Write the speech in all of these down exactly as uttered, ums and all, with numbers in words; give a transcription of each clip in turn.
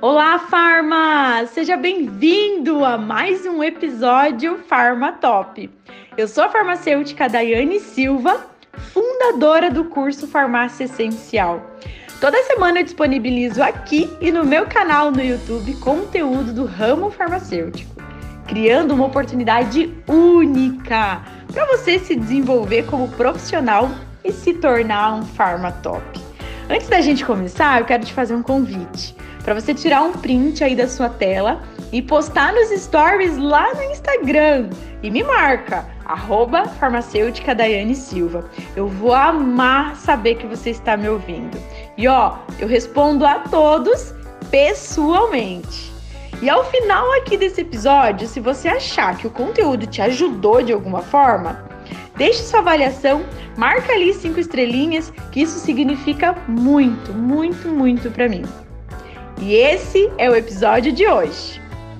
Olá, Farma! Seja bem-vindo a mais um episódio Farma Top. Eu sou a farmacêutica Daiane Silva, fundadora do curso Farmácia Essencial. Toda semana eu disponibilizo aqui e no meu canal no YouTube conteúdo do ramo farmacêutico, criando uma oportunidade única para você se desenvolver como profissional e se tornar um Farma Top. Antes da gente começar, eu quero te fazer um convite para você tirar um print aí da sua tela e postar nos stories lá no Instagram. E me marca, arroba farmacêutica Daiane Silva. Eu vou amar saber que você está me ouvindo. E ó, eu respondo a todos pessoalmente. E ao final aqui desse episódio, se você achar que o conteúdo te ajudou de alguma forma, deixe sua avaliação, marca ali cinco estrelinhas, que isso significa muito, muito, muito para mim. E esse é o episódio de hoje.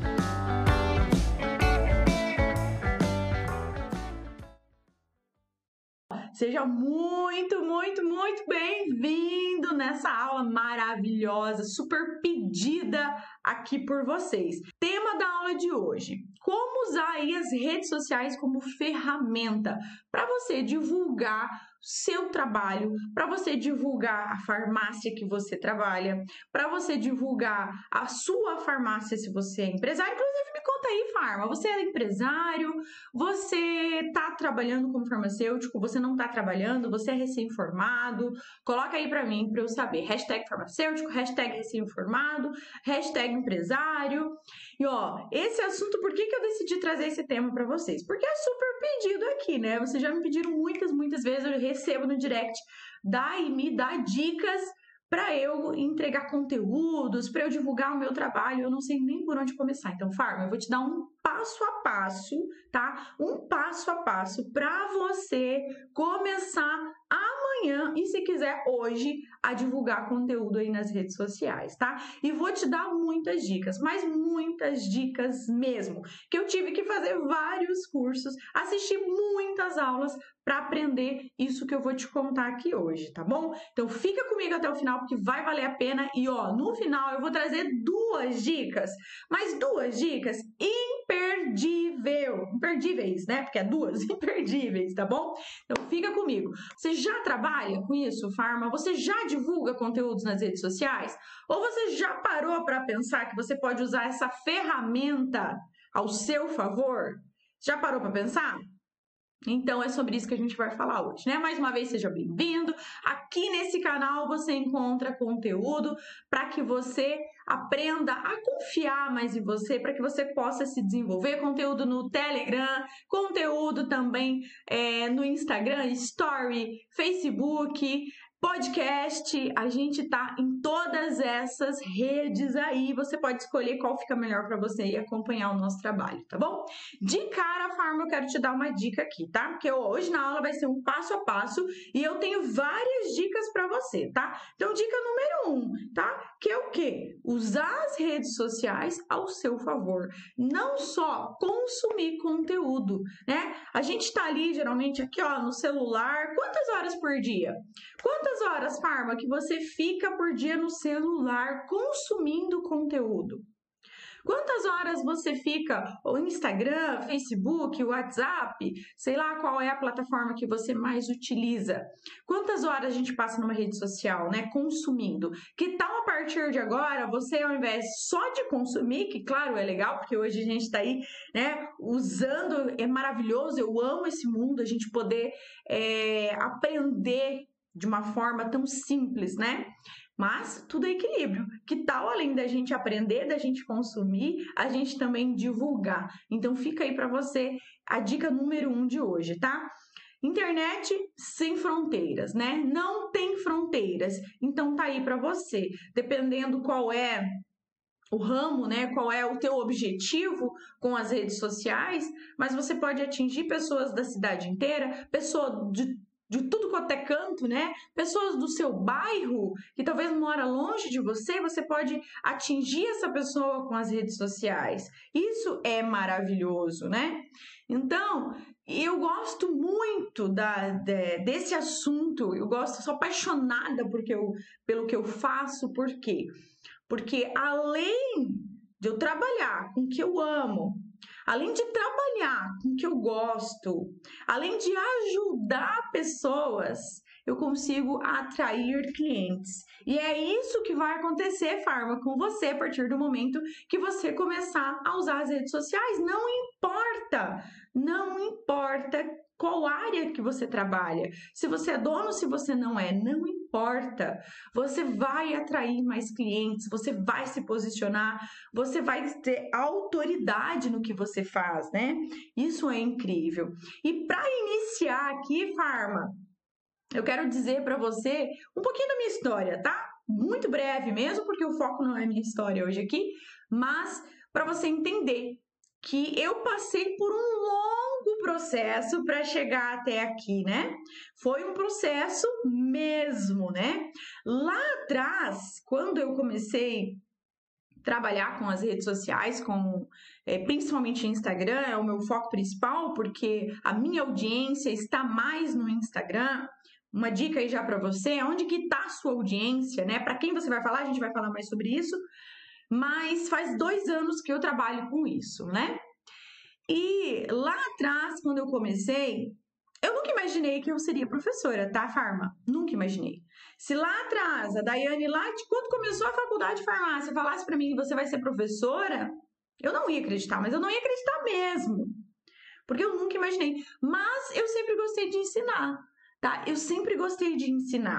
Seja muito, muito, muito bem-vindo nessa aula maravilhosa, super pedida aqui por vocês. Tema da aula de hoje: como usar aí as redes sociais como ferramenta para você divulgar seu trabalho, para você divulgar a farmácia que você trabalha, para você divulgar a sua farmácia se você é empresário. Inclusive, me conta aí, Farma, você é empresário, você está trabalhando como farmacêutico, você não está trabalhando, você é recém-formado? Coloca aí para mim, para eu saber. Hashtag farmacêutico, hashtag recém-formado, hashtag empresário. E ó, esse assunto, por que que eu decidi trazer esse tema para vocês? Porque é super pedido aqui, né? Vocês já me pediram muitas, muitas vezes, eu recebo no direct, dá e me dá dicas para eu entregar conteúdos, para eu divulgar o meu trabalho. Eu não sei nem por onde começar. Então, Farma, eu vou te dar um passo a passo, tá? Um passo a passo para você começar amanhã e, se quiser, hoje, a divulgar conteúdo aí nas redes sociais, tá? E vou te dar muitas dicas, mas muitas dicas mesmo, que eu tive que fazer vários cursos, assistir muitas aulas para aprender isso que eu vou te contar aqui hoje, tá bom? Então fica comigo até o final, porque vai valer a pena. E ó, no final eu vou trazer duas dicas, mas duas dicas imperdível, imperdíveis, né? Porque é duas imperdíveis, tá bom? Então fica comigo. Você já trabalha com isso, Farma? Você já divulga conteúdos nas redes sociais? Ou você já parou para pensar que você pode usar essa ferramenta ao seu favor? Já parou para pensar? Então, é sobre isso que a gente vai falar hoje, né? Mais uma vez, seja bem-vindo. Aqui nesse canal você encontra conteúdo para que você aprenda a confiar mais em você, para que você possa se desenvolver. Conteúdo no Telegram, conteúdo também é, no Instagram, Story, Facebook, podcast. A gente tá em todas essas redes aí. Você pode escolher qual fica melhor para você e acompanhar o nosso trabalho, tá bom? De cara, Farma, eu quero te dar uma dica aqui, tá? Porque hoje na aula vai ser um passo a passo e eu tenho várias dicas para você, tá? Então, dica número um, tá? Que é o quê? Usar as redes sociais ao seu favor. Não só consumir conteúdo, né? A gente tá ali, geralmente, aqui, ó, no celular. Quantas horas por dia? Quantas horas, Farma, que você fica por dia no celular consumindo conteúdo? Quantas horas você fica no Instagram, Facebook, WhatsApp, sei lá qual é a plataforma que você mais utiliza? Quantas horas a gente passa numa rede social, né, consumindo? Que tal a partir de agora, você ao invés só de consumir, que claro, é legal, porque hoje a gente está aí, né, usando, é maravilhoso, eu amo esse mundo, a gente poder é, aprender de uma forma tão simples, né? Mas tudo é equilíbrio. Que tal, além da gente aprender, da gente consumir, a gente também divulgar? Então fica aí para você a dica número um de hoje, tá? Internet sem fronteiras, né? Não tem fronteiras. Então tá aí para você. Dependendo qual é o ramo, né? Qual é o teu objetivo com as redes sociais, mas você pode atingir pessoas da cidade inteira, pessoas de de tudo quanto é canto, né? Pessoas do seu bairro, que talvez mora longe de você, você pode atingir essa pessoa com as redes sociais. Isso é maravilhoso, né? Então, eu gosto muito da, de, desse assunto, eu gosto, sou apaixonada porque eu, pelo que eu faço, por quê? Porque além de eu trabalhar com o que eu amo, além de trabalhar com o que eu gosto, além de ajudar pessoas, eu consigo atrair clientes. E é isso que vai acontecer, Farma, com você a partir do momento que você começar a usar as redes sociais. Não importa, não importa qual área que você trabalha. Se você é dono, se você não é, não importa. Você vai atrair mais clientes, você vai se posicionar, você vai ter autoridade no que você faz, né? Isso é incrível. E para iniciar aqui, Farma, eu quero dizer para você um pouquinho da minha história, tá? Muito breve mesmo, porque o foco não é minha história hoje aqui, mas para você entender que eu passei por um longo processo para chegar até aqui, né? Foi um processo mesmo, né? Lá atrás, quando eu comecei a trabalhar com as redes sociais, com é, principalmente Instagram, é o meu foco principal, porque a minha audiência está mais no Instagram. Uma dica aí já para você, onde que está a sua audiência, né? Para quem você vai falar, a gente vai falar mais sobre isso, mas faz dois anos que eu trabalho com isso, né? E lá atrás, quando eu comecei, eu nunca imaginei que eu seria professora, tá, Farma? Nunca imaginei. Se lá atrás, a Daiane, lá de quando começou a faculdade de farmácia, falasse para mim que você vai ser professora, eu não ia acreditar, mas eu não ia acreditar mesmo, porque eu nunca imaginei. Mas eu sempre gostei de ensinar. Tá? Eu sempre gostei de ensinar.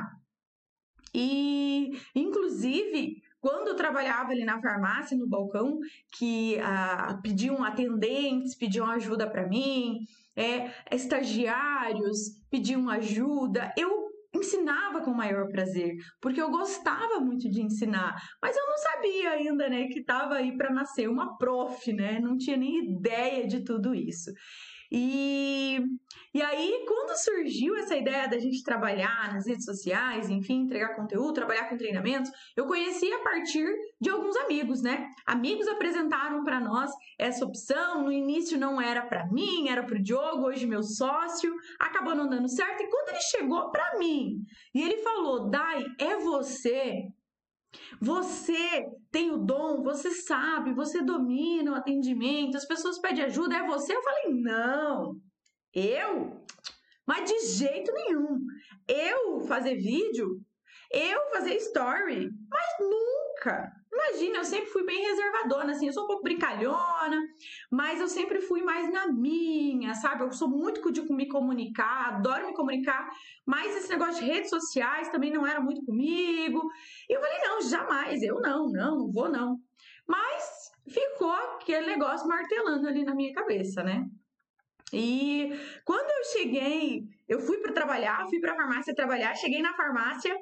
E, inclusive, quando eu trabalhava ali na farmácia, no balcão, que ah, pediam atendentes, pediam ajuda para mim, é, estagiários pediam ajuda, eu ensinava com o maior prazer, porque eu gostava muito de ensinar, mas eu não sabia ainda, né, que estava aí para nascer uma prof, né? Não tinha nem ideia de tudo isso. E, e aí, quando surgiu essa ideia da gente trabalhar nas redes sociais, enfim, entregar conteúdo, trabalhar com treinamentos, eu conheci a partir de alguns amigos, né? Amigos apresentaram para nós essa opção. No início não era para mim, era para o Diogo, hoje meu sócio. Acabou não dando certo. E quando ele chegou para mim e ele falou: Dai, é você. Você tem o dom, você sabe, você domina o atendimento, as pessoas pedem ajuda, é você? Eu falei, não, eu? Mas de jeito nenhum. Eu fazer vídeo, eu fazer story, mas nunca. Imagina, eu sempre fui bem reservadona, assim, eu sou um pouco brincalhona, mas eu sempre fui mais na minha, sabe? Eu sou muito de me comunicar, adoro me comunicar, mas esse negócio de redes sociais também não era muito comigo. E eu falei, não, jamais, eu não, não, não vou não. Mas ficou aquele negócio martelando ali na minha cabeça, né? E quando eu cheguei, eu fui para trabalhar, fui para a farmácia trabalhar, cheguei na farmácia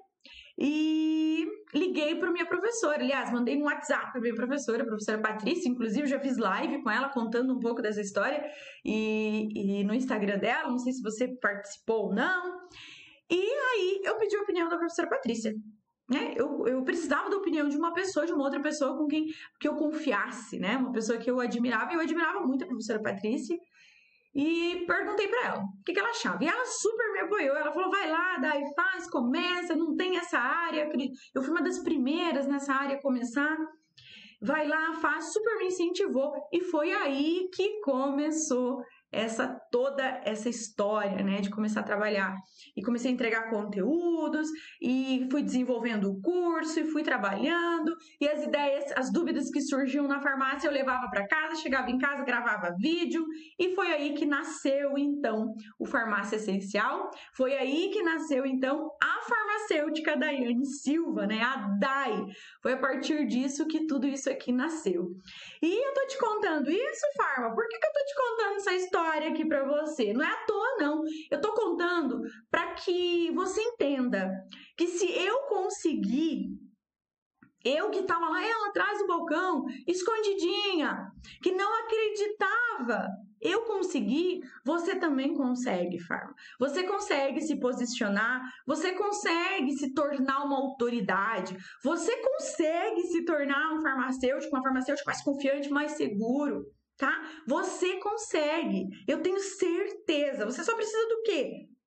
e liguei para minha professora. Aliás, mandei um WhatsApp para minha professora, a professora Patrícia. Inclusive, já fiz live com ela contando um pouco dessa história e, e no Instagram dela. Não sei se você participou ou não. E aí eu pedi a opinião da professora Patrícia. Né? Eu, eu precisava da opinião de uma pessoa, de uma outra pessoa com quem que eu confiasse, né? Uma pessoa que eu admirava. E eu admirava muito a professora Patrícia. E perguntei para ela o que, que ela achava. E ela super me apoiou. Ela falou, vai lá, daí faz, começa, não tem essa área. Eu fui uma das primeiras nessa área a começar. Vai lá, faz, super me incentivou. E foi aí que começou essa toda essa história, né, de começar a trabalhar. E comecei a entregar conteúdos, e fui desenvolvendo o curso, e fui trabalhando, e as ideias, as dúvidas que surgiam na farmácia eu levava para casa, chegava em casa, gravava vídeo, e foi aí que nasceu, então, o Farmácia Essencial. Foi aí que nasceu, então, a farmacêutica Daiane Silva, né, a Dai. Foi a partir disso que tudo isso aqui nasceu. E eu tô te contando isso, Farma, por que que eu tô te contando essa história aqui para você? Não é à toa, não. Eu tô contando para que você entenda que se eu conseguir, eu que estava lá, ela atrás do balcão, escondidinha, que não acreditava, eu consegui, você também consegue, Farma. Você consegue se posicionar, você consegue se tornar uma autoridade, você consegue se tornar um farmacêutico, uma farmacêutica mais confiante, mais seguro. Tá? Você consegue, eu tenho certeza. Você só precisa do quê?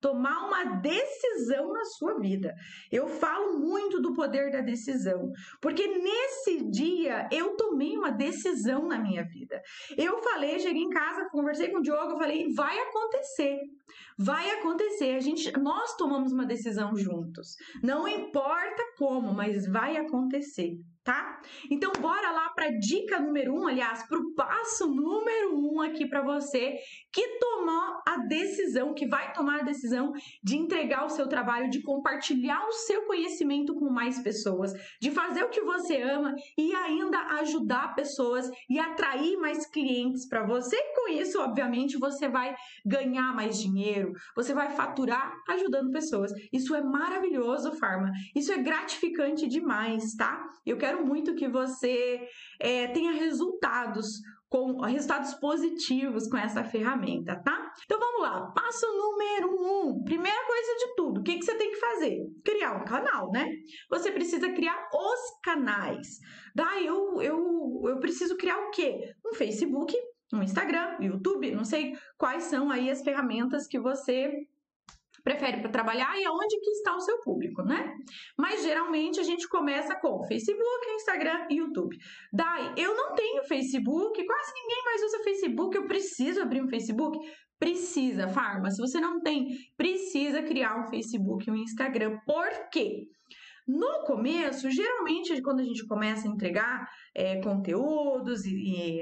tomar uma decisão na sua vida. Eu falo muito do poder da decisão, porque nesse dia eu tomei uma decisão na minha vida. Eu falei, cheguei em casa, conversei com o Diogo, eu falei, vai acontecer. Vai acontecer, a gente, nós tomamos uma decisão juntos. Não importa como, mas vai acontecer, tá? Então, bora lá para dica número um, aliás, para o passo número um aqui para você que tomou a decisão, que vai tomar a decisão de entregar o seu trabalho, de compartilhar o seu conhecimento com mais pessoas, de fazer o que você ama e ainda ajudar pessoas e atrair mais clientes para você. E com isso, obviamente, você vai ganhar mais dinheiro, você vai faturar ajudando pessoas. Isso é maravilhoso, Farma. Isso é gratificante demais, tá? Eu quero muito que você é, tenha resultados, com resultados positivos com essa ferramenta, tá? Então vamos lá, passo número um. Primeira coisa de tudo, o que, que você tem que fazer? Criar um canal, né? Você precisa criar os canais. Daí eu, eu, eu preciso criar o quê? Um Facebook, um Instagram, YouTube, não sei quais são aí as ferramentas que você prefere para trabalhar e aonde que está o seu público, né? Mas geralmente a gente começa com Facebook, Instagram e YouTube. Daí, eu não tenho Facebook, quase ninguém mais usa Facebook, eu preciso abrir um Facebook? Precisa, Farma. Se você não tem, precisa criar um Facebook e um Instagram. Por quê? No começo, geralmente, quando a gente começa a entregar é, conteúdos e, e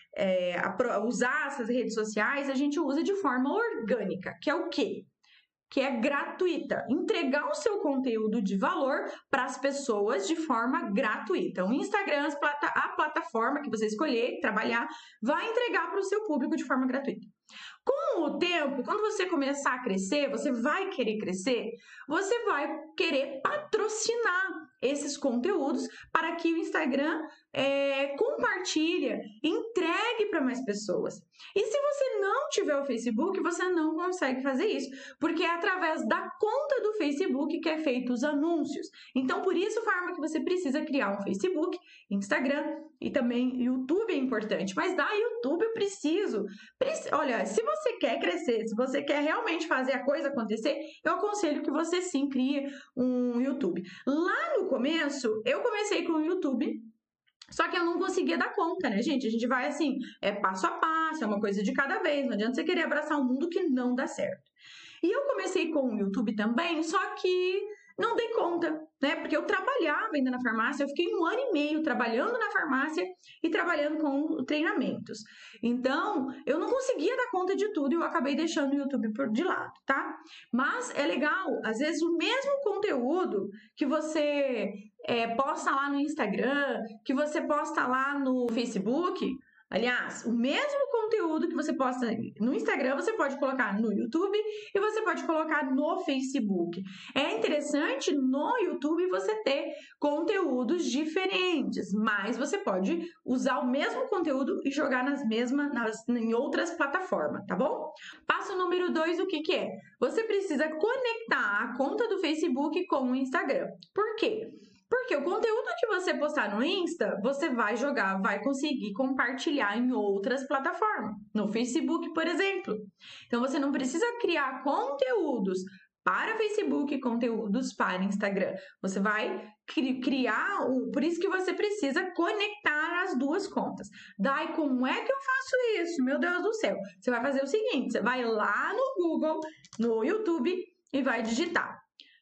é, a, usar essas redes sociais, a gente usa de forma orgânica, que é o quê? Que é gratuita, entregar o seu conteúdo de valor para as pessoas de forma gratuita. O Instagram, a plataforma que você escolher, trabalhar, vai entregar para o seu público de forma gratuita. Com o tempo, quando você começar a crescer, você vai querer crescer, você vai querer patrocinar esses conteúdos para que o Instagram é, compartilhe, entregue para mais pessoas. E se você não tiver o Facebook, você não consegue fazer isso, porque é através da conta do Facebook que é feito os anúncios. Então, por isso, Farma, que você precisa criar um Facebook, Instagram e também YouTube é importante. Mas da YouTube eu preciso. Preci- Olha, se você quer crescer, se você quer realmente fazer a coisa acontecer, eu aconselho que você sim crie um YouTube. Lá no começo, eu comecei com o YouTube, só que eu não conseguia dar conta, né, gente? A gente vai assim, é passo a passo, é uma coisa de cada vez. Não adianta você querer abraçar um mundo que não dá certo. E eu comecei com o YouTube também, só que não dei conta, né? Porque eu trabalhava ainda na farmácia, eu fiquei um ano e meio trabalhando na farmácia e trabalhando com treinamentos. Então, eu não conseguia dar conta de tudo e eu acabei deixando o YouTube por de lado, tá? Mas é legal, às vezes o mesmo conteúdo que você é, posta lá no Instagram, que você posta lá no Facebook. Aliás, o mesmo conteúdo que você posta no Instagram, você pode colocar no YouTube e você pode colocar no Facebook. É interessante no YouTube você ter conteúdos diferentes, mas você pode usar o mesmo conteúdo e jogar nas mesmas, nas, em outras plataformas, tá bom? Passo número dois, o que que é? Você precisa conectar a conta do Facebook com o Instagram. Por quê? Porque o conteúdo que você postar no Insta, você vai jogar, vai conseguir compartilhar em outras plataformas. No Facebook, por exemplo. Então, você não precisa criar conteúdos para Facebook e conteúdos para Instagram. Você vai cri- criar, o, por isso que você precisa conectar as duas contas. Daí, como é que eu faço isso? Meu Deus do céu. Você vai fazer o seguinte, você vai lá no Google, no YouTube e vai digitar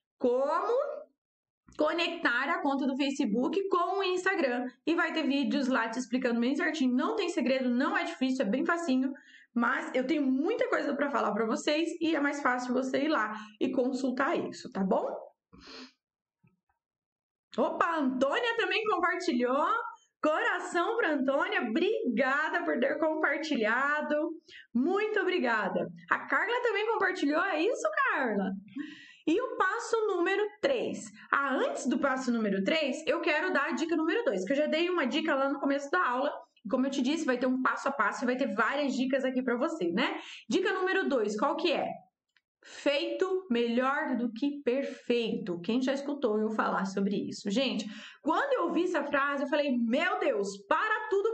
como conectar a conta do Facebook com o Instagram e vai ter vídeos lá te explicando bem certinho. Não tem segredo, não é difícil, é bem facinho, mas eu tenho muita coisa para falar para vocês e é mais fácil você ir lá e consultar isso, tá bom? Opa, a Antônia também compartilhou. Coração para Antônia, obrigada por ter compartilhado. Muito obrigada. A Carla também compartilhou, é isso, Carla? E o passo número três. Ah, antes do passo número três, eu quero dar a dica número dois, que eu já dei uma dica lá no começo da aula. Como eu te disse, vai ter um passo a passo e vai ter várias dicas aqui para você, né? Dica número dois, qual que é? Feito melhor do que perfeito. Quem já escutou eu falar sobre isso? Gente, quando eu ouvi essa frase, eu falei, meu Deus, para tudo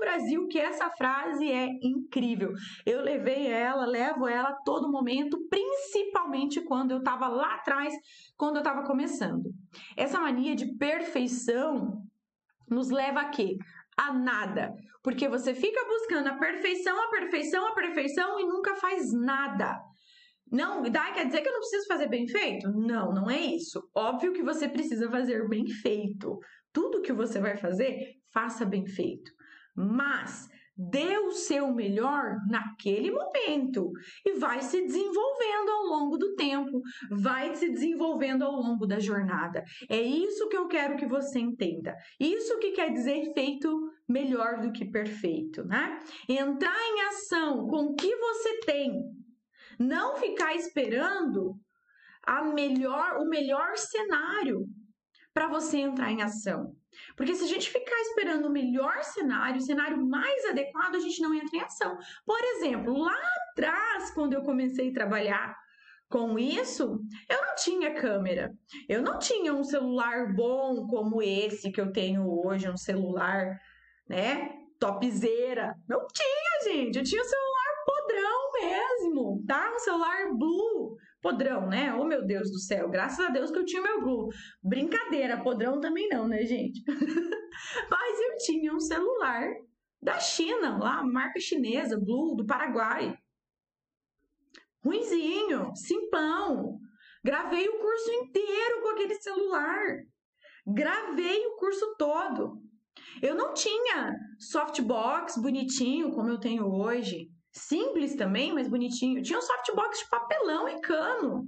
Brasil que essa frase é incrível. Eu levei ela, levo ela a todo momento, principalmente quando eu estava lá atrás, quando eu estava começando. Essa mania de perfeição nos leva a quê? A nada. Porque você fica buscando a perfeição, a perfeição, a perfeição e nunca faz nada. Não, daí quer dizer que eu não preciso fazer bem feito? Não, não é isso. Óbvio que você precisa fazer bem feito. Tudo que você vai fazer, faça bem feito. Mas dê o seu melhor naquele momento e vai se desenvolvendo ao longo do tempo, vai se desenvolvendo ao longo da jornada. É isso que eu quero que você entenda. Isso que quer dizer feito melhor do que perfeito, né? Entrar em ação com o que você tem, não ficar esperando a melhor, o melhor cenário para você entrar em ação. Porque se a gente ficar esperando o melhor cenário, o cenário mais adequado, a gente não entra em ação. Por exemplo, lá atrás, quando eu comecei a trabalhar com isso, eu não tinha câmera. Eu não tinha um celular bom como esse que eu tenho hoje, um celular, né, topzera. Não tinha, gente. Eu tinha um celular podrão mesmo, tá? Um celular Blue. Podrão, né? Oh, meu Deus do céu. Graças a Deus que eu tinha meu Blue. Brincadeira, podrão também não, né, gente? Mas eu tinha um celular da China, lá, marca chinesa, Blue, do Paraguai. Ruinzinho, simplão. Gravei o curso inteiro com aquele celular. Gravei o curso todo. Eu não tinha softbox bonitinho como eu tenho hoje. Simples também, mas bonitinho. Tinha um softbox de papelão e cano.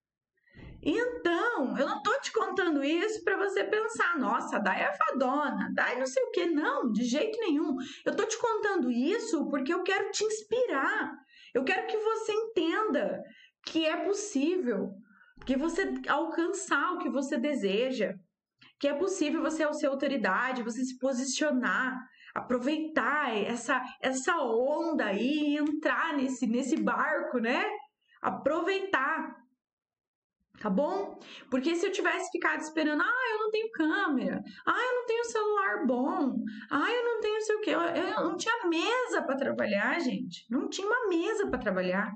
Então, eu não tô te contando isso para você pensar, nossa, Dai é fadona, Dai não sei o que. Não, de jeito nenhum. Eu tô te contando isso porque eu quero te inspirar. Eu quero que você entenda que é possível, que você alcançar o que você deseja, que é possível você ser autoridade, você se posicionar, aproveitar essa, essa onda aí e entrar nesse, nesse barco, né? Aproveitar, tá bom? Porque se eu tivesse ficado esperando, ah, eu não tenho câmera, ah, eu não tenho celular bom, ah, eu não tenho sei o quê, eu, eu não tinha mesa para trabalhar, gente, não tinha uma mesa para trabalhar.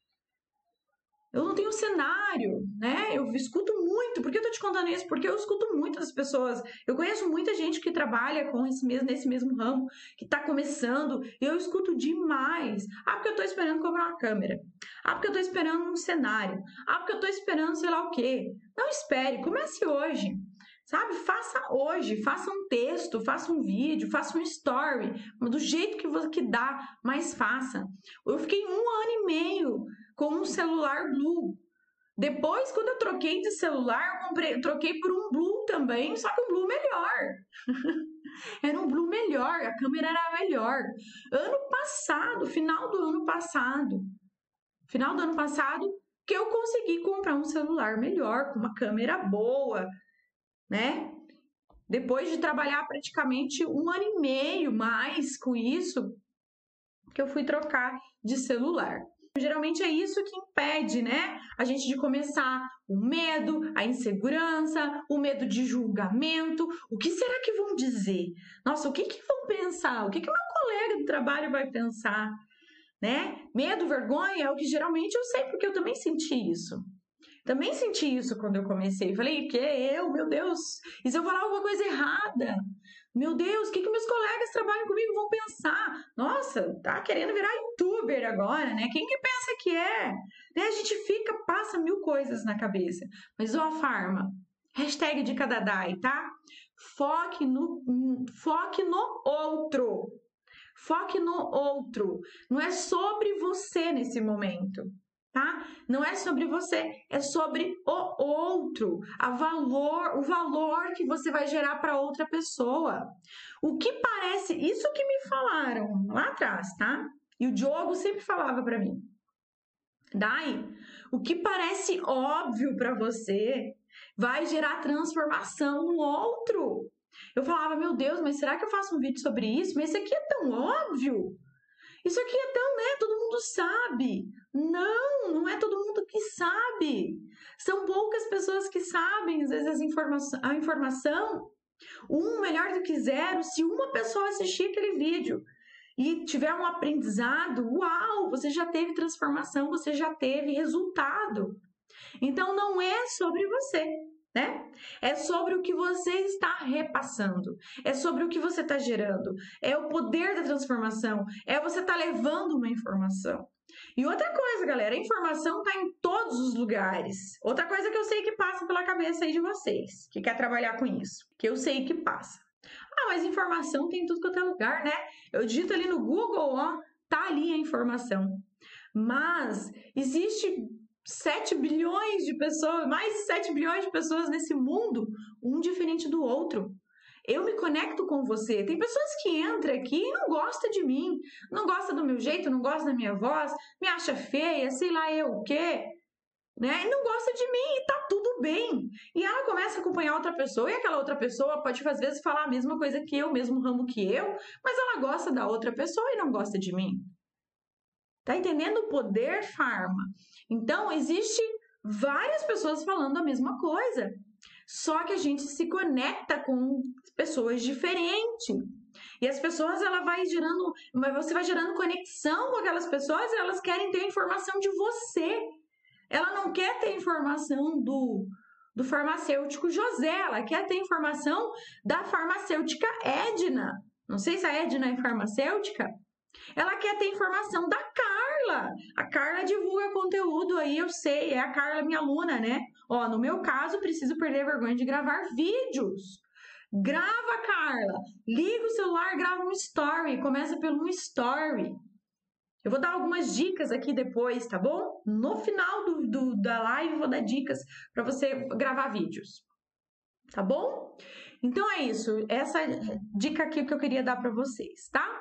Eu não tenho cenário, né? Eu escuto muito. Por que eu tô te contando isso? Porque eu escuto muitas pessoas. Eu conheço muita gente que trabalha com esse mesmo, nesse mesmo ramo, que tá começando. E eu escuto demais. Ah, porque eu tô esperando comprar uma câmera. Ah, porque eu tô esperando um cenário. Ah, porque eu tô esperando sei lá o quê. Não espere, comece hoje. Sabe? Faça hoje, faça um texto, faça um vídeo, faça um story, do jeito que você que dá, mas faça. Eu fiquei um ano e meio com um celular Blue. Depois, quando eu troquei de celular, eu comprei, eu troquei por um Blue também, só que um Blue melhor. Era um Blue melhor, a câmera era melhor. Ano passado, final do ano passado, final do ano passado, que eu consegui comprar um celular melhor, com uma câmera boa, né? Depois de trabalhar praticamente um ano e meio mais com isso, que eu fui trocar de celular. Geralmente é isso que impede, né, a gente de começar. O medo, a insegurança, o medo de julgamento. O que será que vão dizer? Nossa, o que que vão pensar? O que que meu colega do trabalho vai pensar? Né? Medo, vergonha é o que geralmente eu sei, porque eu também senti isso. Também senti isso quando eu comecei. Falei, que eu, meu Deus, e se eu falar alguma coisa errada? Meu Deus, o que, que meus colegas que trabalham comigo vão pensar? Nossa, tá querendo virar youtuber agora, né? Quem que pensa que é? Né? A gente fica, passa mil coisas na cabeça. Mas, ó, Farma, hashtag dica da Dai, tá? Foque no, foque no outro. Foque no outro. Não é sobre você nesse momento. Tá? Não é sobre você, é sobre o outro, a valor, o valor que você vai gerar para outra pessoa. O que parece, isso que me falaram lá atrás, tá? E o Diogo sempre falava para mim, Dai, o que parece óbvio para você vai gerar transformação no outro. Eu falava, meu Deus, mas será que eu faço um vídeo sobre isso? Mas isso aqui é tão óbvio. Isso aqui é tão, né? Todo mundo sabe. Não, não é todo mundo que sabe. São poucas pessoas que sabem, às vezes, informa a informação. Um melhor do que zero, se uma pessoa assistir aquele vídeo. e tiver um aprendizado, uau, você já teve transformação, você já teve resultado. Então não é sobre você, né? É sobre o que você está repassando, é sobre o que você está gerando, é o poder da transformação, é você estar tá levando uma informação. E outra coisa, galera, a informação está em todos os lugares. Outra coisa que eu sei que passa pela cabeça aí de vocês, que quer trabalhar com isso, que eu sei que passa. Ah, mas informação tem em tudo quanto é lugar, né? Eu digito ali no Google, ó, tá ali a informação. Mas existe sete bilhões de pessoas, mais de sete bilhões de pessoas nesse mundo, um diferente do outro. Eu me conecto com você. Tem pessoas que entram aqui e não gostam de mim, não gostam do meu jeito, não gostam da minha voz, me acha feia, sei lá eu o quê, né? E não gosta de mim e tá tudo bem. E ela começa a acompanhar outra pessoa e aquela outra pessoa pode às vezes falar a mesma coisa que eu, mesmo ramo que eu, mas ela gosta da outra pessoa e não gosta de mim. Tá entendendo o poder, Farma? Então, existe várias pessoas falando a mesma coisa. Só que a gente se conecta com pessoas diferentes. E as pessoas, ela vai gerando, você vai gerando conexão com aquelas pessoas e elas querem ter informação de você. Ela não quer ter informação do, do farmacêutico José, ela quer ter informação da farmacêutica Edna. Não sei se a Edna é farmacêutica. Ela quer ter informação da Carla. A Carla divulga conteúdo aí, eu sei, é a Carla minha aluna, né? Ó, no meu caso, preciso perder a vergonha de gravar vídeos. Grava, Carla. Liga o celular, grava um story. Começa pelo um story. Eu vou dar algumas dicas aqui depois, tá bom? No final do, do, da live, eu vou dar dicas para você gravar vídeos. Tá bom? Então é isso. Essa dica aqui que eu queria dar para vocês, tá?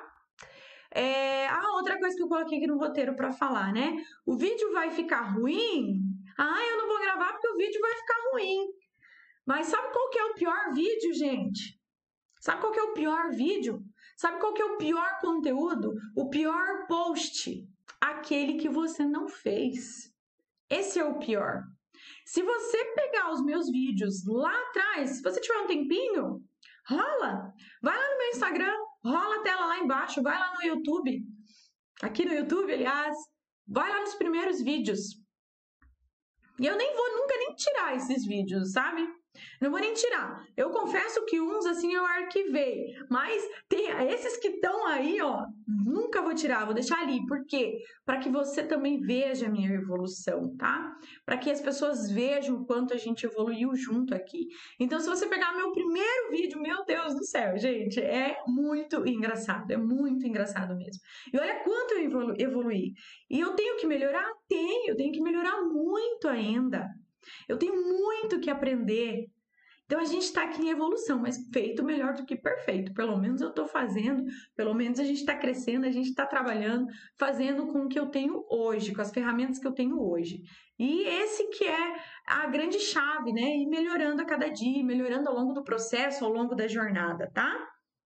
É, ah, outra coisa que eu coloquei aqui no roteiro para falar, né? O vídeo vai ficar ruim? Ah, eu não vou gravar porque o vídeo vai ficar ruim. Mas sabe qual que é o pior vídeo, gente? Sabe qual que é o pior vídeo? Sabe qual que é o pior conteúdo? O pior post? Aquele que você não fez. Esse é o pior. Se você pegar os meus vídeos lá atrás, se você tiver um tempinho, rola. Vai lá no meu Instagram, rola a tela lá embaixo, vai lá no YouTube. Aqui no YouTube, aliás, vai lá nos primeiros vídeos. E eu nem vou nunca nem tirar esses vídeos, sabe? Não vou nem tirar. Eu confesso que uns, assim, eu arquivei. Mas tem esses que estão aí, ó, nunca vou tirar, vou deixar ali. Por quê? Para que você também veja a minha evolução, tá? Para que as pessoas vejam o quanto a gente evoluiu junto aqui. Então, se você pegar meu primeiro vídeo, meu Deus do céu, gente, é muito engraçado. É muito engraçado mesmo. E olha quanto eu evolu evoluí. E eu tenho que melhorar? Tenho. Eu tenho que melhorar muito ainda. Eu tenho muito que aprender. Então, a gente está aqui em evolução, mas feito melhor do que perfeito. Pelo menos eu estou fazendo, pelo menos a gente está crescendo, a gente está trabalhando, fazendo com o que eu tenho hoje, com as ferramentas que eu tenho hoje. E esse que é a grande chave, né? Ir melhorando a cada dia, melhorando ao longo do processo, ao longo da jornada, tá?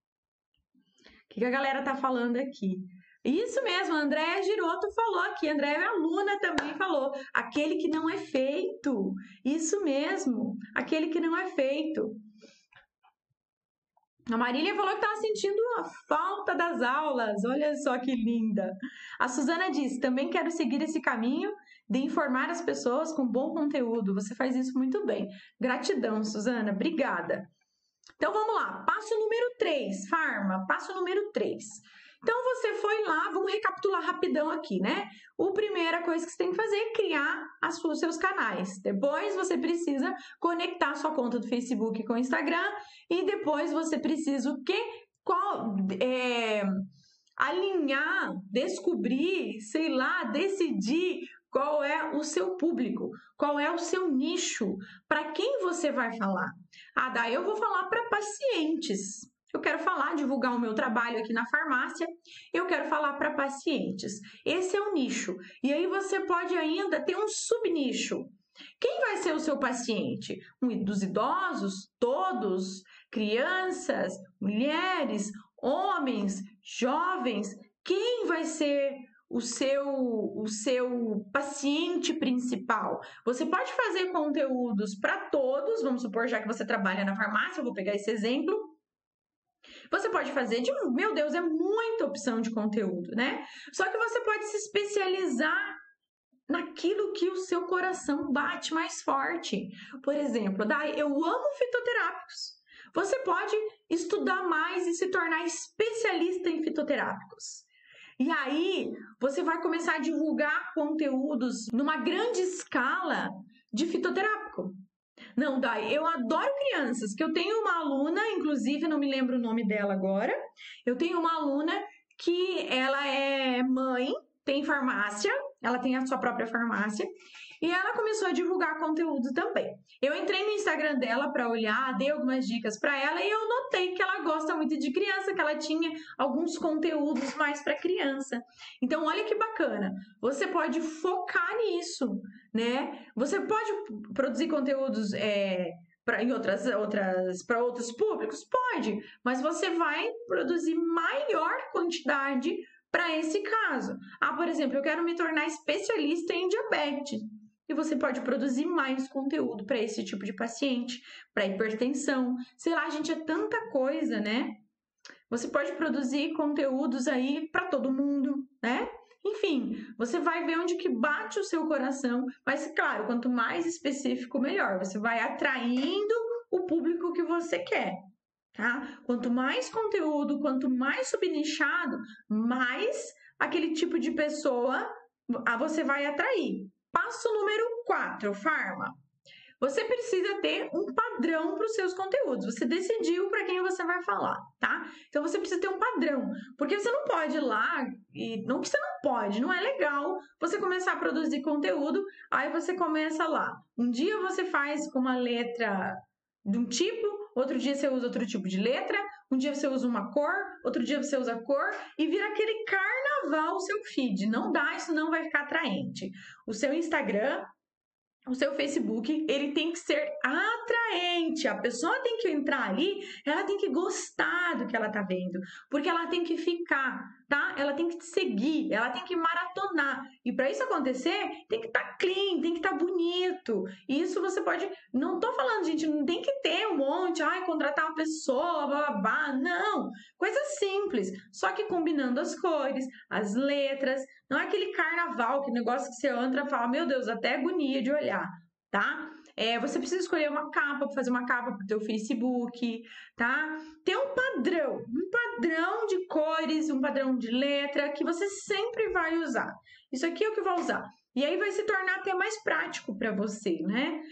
O que a galera tá falando aqui? Isso mesmo, a Andréa Giroto falou aqui, a Andréa, minha aluna, também falou, aquele que não é feito, isso mesmo, aquele que não é feito. A Marília falou que estava sentindo a falta das aulas, olha só que linda. A Suzana disse, também quero seguir esse caminho de informar as pessoas com bom conteúdo, você faz isso muito bem. Gratidão, Suzana, obrigada. Então, vamos lá, passo número três, Farma, passo número três. Então, você foi lá, vamos recapitular rapidão aqui, né? A primeira coisa que você tem que fazer é criar os seus canais. Depois, você precisa conectar a sua conta do Facebook com o Instagram. E depois, você precisa o quê? Qual, é, alinhar, descobrir, sei lá, decidir qual é o seu público, qual é o seu nicho, para quem você vai falar. Ah, daí eu vou falar para pacientes. Eu quero falar, divulgar o meu trabalho aqui na farmácia, eu quero falar para pacientes. Esse é o nicho. E aí você pode ainda ter um subnicho. Quem vai ser o seu paciente? Um dos idosos? Todos? Crianças? Mulheres? Homens? Jovens? Quem vai ser o seu, o seu paciente principal? Você pode fazer conteúdos para todos, vamos supor, já que você trabalha na farmácia, eu vou pegar esse exemplo. Você pode fazer de, meu Deus, é muita opção de conteúdo, né? Só que você pode se especializar naquilo que o seu coração bate mais forte. Por exemplo, Dai, eu amo fitoterápicos. Você pode estudar mais e se tornar especialista em fitoterápicos. E aí, você vai começar a divulgar conteúdos numa grande escala de fitoterápico. Não, Dai, eu adoro crianças, que eu tenho uma aluna, inclusive, não me lembro o nome dela agora, eu tenho uma aluna que ela é mãe, tem farmácia, ela tem a sua própria farmácia, e ela começou a divulgar conteúdo também. Eu entrei no Instagram dela para olhar, dei algumas dicas para ela e eu notei que ela gosta muito de criança, que ela tinha alguns conteúdos mais para criança. Então, olha que bacana. Você pode focar nisso, né? Você pode produzir conteúdos é, pra, em outras, outras, para outros públicos? Pode, mas você vai produzir maior quantidade para esse caso. Ah, por exemplo, eu quero me tornar especialista em diabetes. E você pode produzir mais conteúdo para esse tipo de paciente, para hipertensão. Sei lá, gente, é tanta coisa, né? Você pode produzir conteúdos aí para todo mundo, né? Enfim, você vai ver onde que bate o seu coração, mas, claro, quanto mais específico, melhor. Você vai atraindo o público que você quer, tá? Quanto mais conteúdo, quanto mais subnichado, mais aquele tipo de pessoa você vai atrair. Passo número quatro, Farma. Você precisa ter um padrão para os seus conteúdos. Você decidiu para quem você vai falar, tá? Então, você precisa ter um padrão. Porque você não pode ir lá, e não que você não pode, não é legal você começar a produzir conteúdo, aí você começa lá. Um dia você faz com uma letra de um tipo, outro dia você usa outro tipo de letra, um dia você usa uma cor, outro dia você usa cor e vira aquele carnaval o seu feed. Não dá, isso não vai ficar atraente. O seu Instagram, o seu Facebook, ele tem que ser atraente. A pessoa tem que entrar ali, ela tem que gostar do que ela tá vendo, porque ela tem que ficar, tá? Ela tem que te seguir, ela tem que maratonar. E para isso acontecer, tem que estar tá clean, tem que estar tá bonito. E isso você pode, não tô falando, gente, não tem que ter um monte, ai, contratar uma pessoa, blá, blá, blá. Não, coisa simples, só que combinando as cores, as letras. Não é aquele carnaval, que negócio que você entra e fala, meu Deus, até agonia de olhar, tá? É, você precisa escolher uma capa, fazer uma capa para o teu Facebook, tá? Ter um padrão, um padrão de cores, um padrão de letra que você sempre vai usar. Isso aqui é o que vai usar. E aí vai se tornar até mais prático para você, né?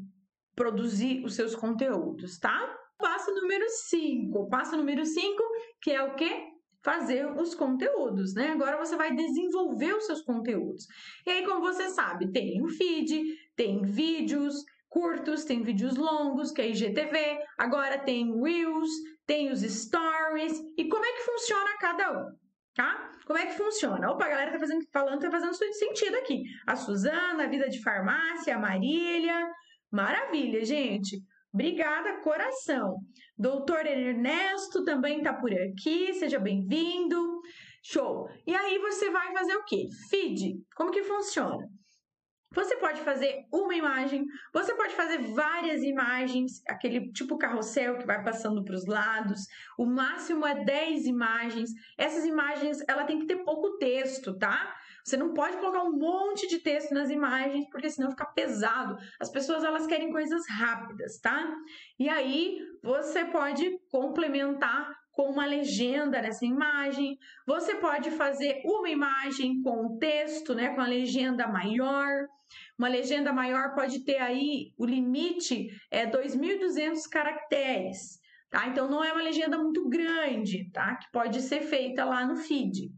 Produzir os seus conteúdos, tá? Passo número cinco. Passo número cinco, que é o quê? Fazer os conteúdos, né? Agora você vai desenvolver os seus conteúdos. E aí, como você sabe, tem o feed, tem vídeos curtos, tem vídeos longos, que é I G T V, agora tem Reels, tem os Stories. E como é que funciona cada um, tá? Como é que funciona? Opa, a galera tá fazendo, falando, tá fazendo sentido aqui. A Suzana, a Vida de Farmácia, a Marília. Maravilha, gente. Obrigada, coração. Doutor Ernesto também está por aqui, seja bem-vindo. Show! E aí você vai fazer o quê? Feed. Como que funciona? Você pode fazer uma imagem, você pode fazer várias imagens, aquele tipo carrossel que vai passando para os lados. O máximo é dez imagens. Essas imagens, ela tem que ter pouco texto, tá? Você não pode colocar um monte de texto nas imagens, porque senão fica pesado. As pessoas, elas querem coisas rápidas, tá? E aí, você pode complementar com uma legenda nessa imagem. Você pode fazer uma imagem com texto, né? Com a legenda maior. Uma legenda maior pode ter aí, o limite é dois mil e duzentos caracteres, tá? Então, não é uma legenda muito grande, tá? Que pode ser feita lá no feed.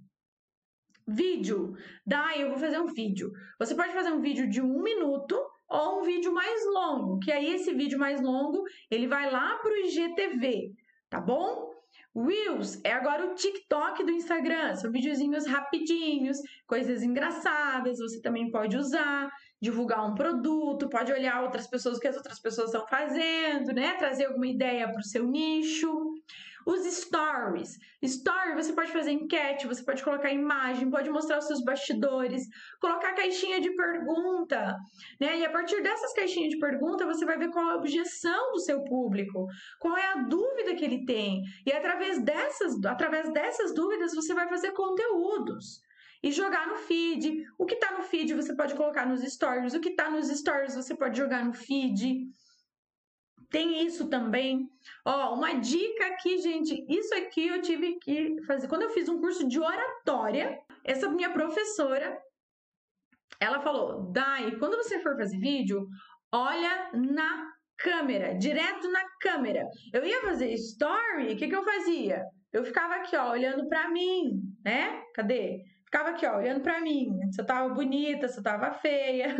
Vídeo. Daí eu vou fazer um vídeo. Você pode fazer um vídeo de um minuto ou um vídeo mais longo, que aí esse vídeo mais longo, ele vai lá para o I G T V, tá bom? Reels é agora o TikTok do Instagram, são videozinhos rapidinhos, coisas engraçadas, você também pode usar, divulgar um produto, pode olhar outras pessoas, o que as outras pessoas estão fazendo, né? Trazer alguma ideia para o seu nicho. Os stories. Story, você pode fazer enquete, você pode colocar imagem, pode mostrar os seus bastidores, colocar caixinha de pergunta, né? E a partir dessas caixinhas de pergunta, você vai ver qual é a objeção do seu público, qual é a dúvida que ele tem. E através dessas, através dessas dúvidas, você vai fazer conteúdos. E jogar no feed. O que está no feed você pode colocar nos stories. O que está nos stories você pode jogar no feed. Tem isso também. Ó, uma dica aqui, gente. Isso aqui eu tive que fazer. Quando eu fiz um curso de oratória, essa minha professora, ela falou, Dai, quando você for fazer vídeo, olha na câmera, direto na câmera. Eu ia fazer story, o que que eu fazia? Eu ficava aqui, ó, olhando pra mim, né? Cadê? Ficava aqui, ó, olhando pra mim. Se eu tava bonita, se eu tava feia.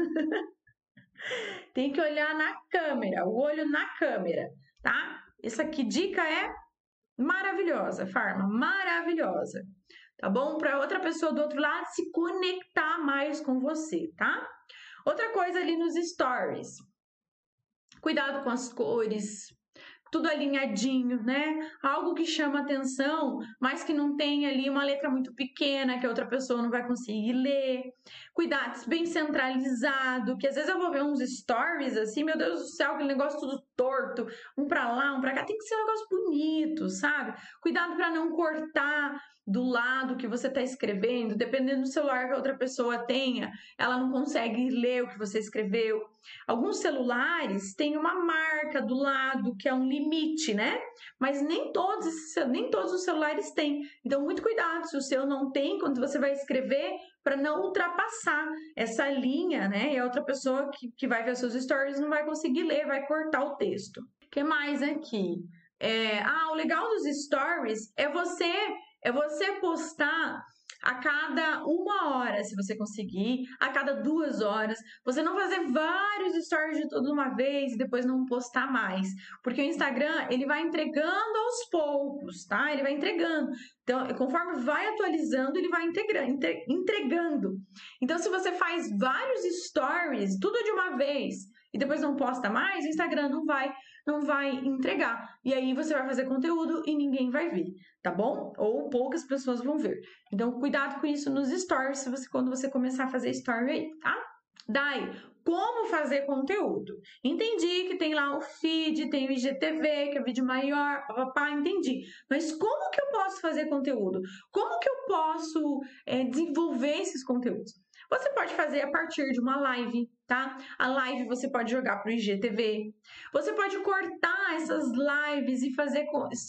Tem que olhar na câmera, o olho na câmera, tá? Essa aqui dica é maravilhosa, Farma, maravilhosa. Tá bom? Para outra pessoa do outro lado se conectar mais com você, tá? Outra coisa ali nos stories. Cuidado com as cores. Tudo alinhadinho, né? Algo que chama atenção, mas que não tem ali uma letra muito pequena, que a outra pessoa não vai conseguir ler. Cuidado, bem centralizado, que às vezes eu vou ver uns stories assim, meu Deus do céu, aquele negócio tudo torto, um pra lá, um pra cá, tem que ser um negócio bonito, sabe? Cuidado para não cortar do lado que você está escrevendo, dependendo do celular que a outra pessoa tenha, ela não consegue ler o que você escreveu. Alguns celulares têm uma marca do lado que é um limite, né? Mas nem todos, nem todos os celulares têm. Então, muito cuidado se o seu não tem, quando você vai escrever, para não ultrapassar essa linha, né? E a outra pessoa que, que vai ver seus stories não vai conseguir ler, vai cortar o texto. O que mais aqui? É, ah, o legal dos stories é você... É você postar a cada uma hora, se você conseguir, a cada duas horas. Você não fazer vários stories de toda uma vez e depois não postar mais. Porque o Instagram, ele vai entregando aos poucos, tá? Ele vai entregando. Então, conforme vai atualizando, ele vai integrando, entregando. Então, se você faz vários stories, tudo de uma vez, e depois não posta mais, o Instagram não vai, não vai entregar. E aí você vai fazer conteúdo e ninguém vai ver, tá bom? Ou poucas pessoas vão ver. Então, cuidado com isso nos stories, se você, quando você começar a fazer story aí, tá? Daí, como fazer conteúdo? Entendi que tem lá o feed, tem o I G T V, que é vídeo maior, papá, entendi. Mas como que eu posso fazer conteúdo? Como que eu posso é, desenvolver esses conteúdos? Você pode fazer a partir de uma live, tá? A live você pode jogar para o I G T V. Você pode cortar essas lives e fazer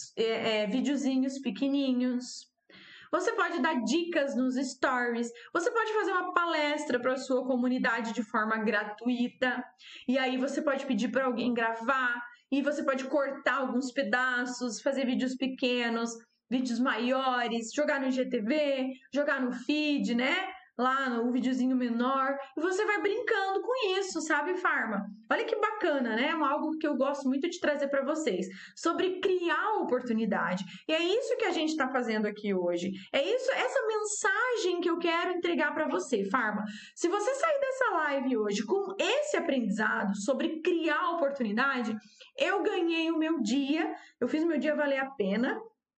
é, é, videozinhos pequenininhos. Você pode dar dicas nos stories. Você pode fazer uma palestra para a sua comunidade de forma gratuita. E aí você pode pedir para alguém gravar. E você pode cortar alguns pedaços, fazer vídeos pequenos, vídeos maiores, jogar no I G T V, jogar no feed, né? Lá no videozinho menor, e você vai brincando com isso, sabe, Farma? Olha que bacana, né? É algo que eu gosto muito de trazer para vocês, sobre criar oportunidade. E é isso que a gente está fazendo aqui hoje. É isso, essa mensagem que eu quero entregar para você, Farma. Se você sair dessa live hoje com esse aprendizado sobre criar oportunidade, eu ganhei o meu dia, eu fiz o meu dia valer a pena,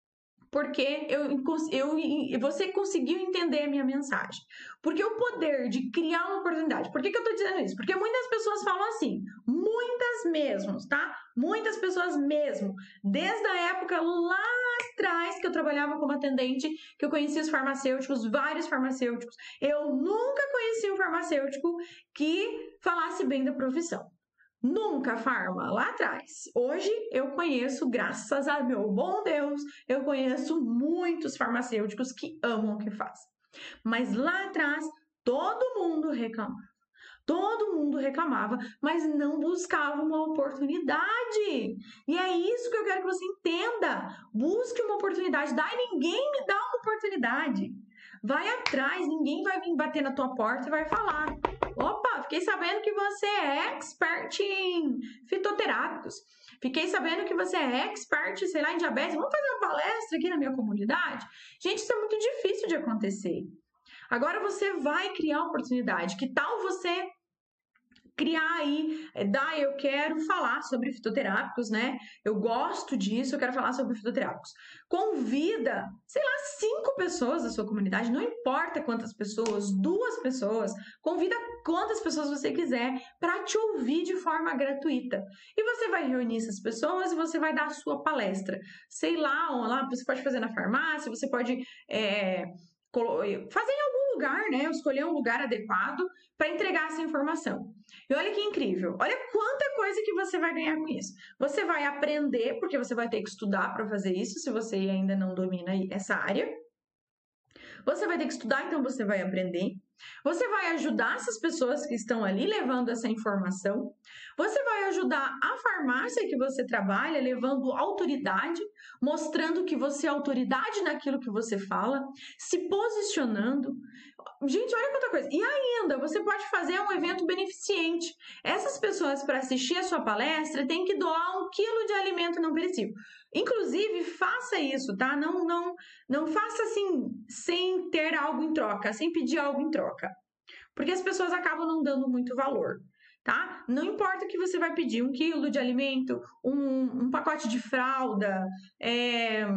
porque eu, eu, você conseguiu entender a minha mensagem. Porque o poder de criar uma oportunidade. Por que, que eu tô dizendo isso? Porque muitas pessoas falam assim, muitas mesmo, tá? Muitas pessoas mesmo. Desde a época lá atrás que eu trabalhava como atendente, que eu conhecia os farmacêuticos, vários farmacêuticos. Eu nunca conheci um farmacêutico que falasse bem da profissão. Nunca, Farma, lá atrás. Hoje eu conheço, graças a meu bom Deus, eu conheço muitos farmacêuticos que amam o que fazem. Mas lá atrás, todo mundo reclamava. Todo mundo reclamava, mas não buscava uma oportunidade. E é isso que eu quero que você entenda. Busque uma oportunidade. Daí ninguém me dá uma oportunidade. Vai atrás, ninguém vai vir bater na tua porta e vai falar. Opa, fiquei sabendo que você é expert em fitoterápicos. Fiquei sabendo que você é expert, sei lá, em diabetes. Vamos fazer uma palestra aqui na minha comunidade? Gente, isso é muito difícil de acontecer. Agora você vai criar oportunidade. Que tal você criar aí, é, dá, eu quero falar sobre fitoterápicos, né? Eu gosto disso, eu quero falar sobre fitoterápicos. Convida, sei lá, cinco pessoas da sua comunidade, não importa quantas pessoas, duas pessoas, convida quantas pessoas você quiser para te ouvir de forma gratuita. E você vai reunir essas pessoas e você vai dar a sua palestra. Sei lá, lá você pode fazer na farmácia, você pode é, fazer em algum lugar, né? Escolher um lugar adequado para entregar essa informação. E olha que incrível, olha quanta coisa que você vai ganhar com isso. Você vai aprender, porque você vai ter que estudar para fazer isso, se você ainda não domina essa área. Você vai ter que estudar, então você vai aprender. Você vai ajudar essas pessoas que estão ali levando essa informação. Você vai ajudar a farmácia que você trabalha, levando autoridade, mostrando que você é autoridade naquilo que você fala, se posicionando. Gente, olha quanta coisa. E ainda, você pode fazer um evento beneficente. Essas pessoas, para assistir a sua palestra, têm que doar um quilo de alimento não perecível. Inclusive, faça isso, tá? Não, não, não faça assim, sem ter algo em troca, sem pedir algo em troca. Porque as pessoas acabam não dando muito valor, tá? Não importa que você vai pedir um quilo de alimento, um, um pacote de fralda, é...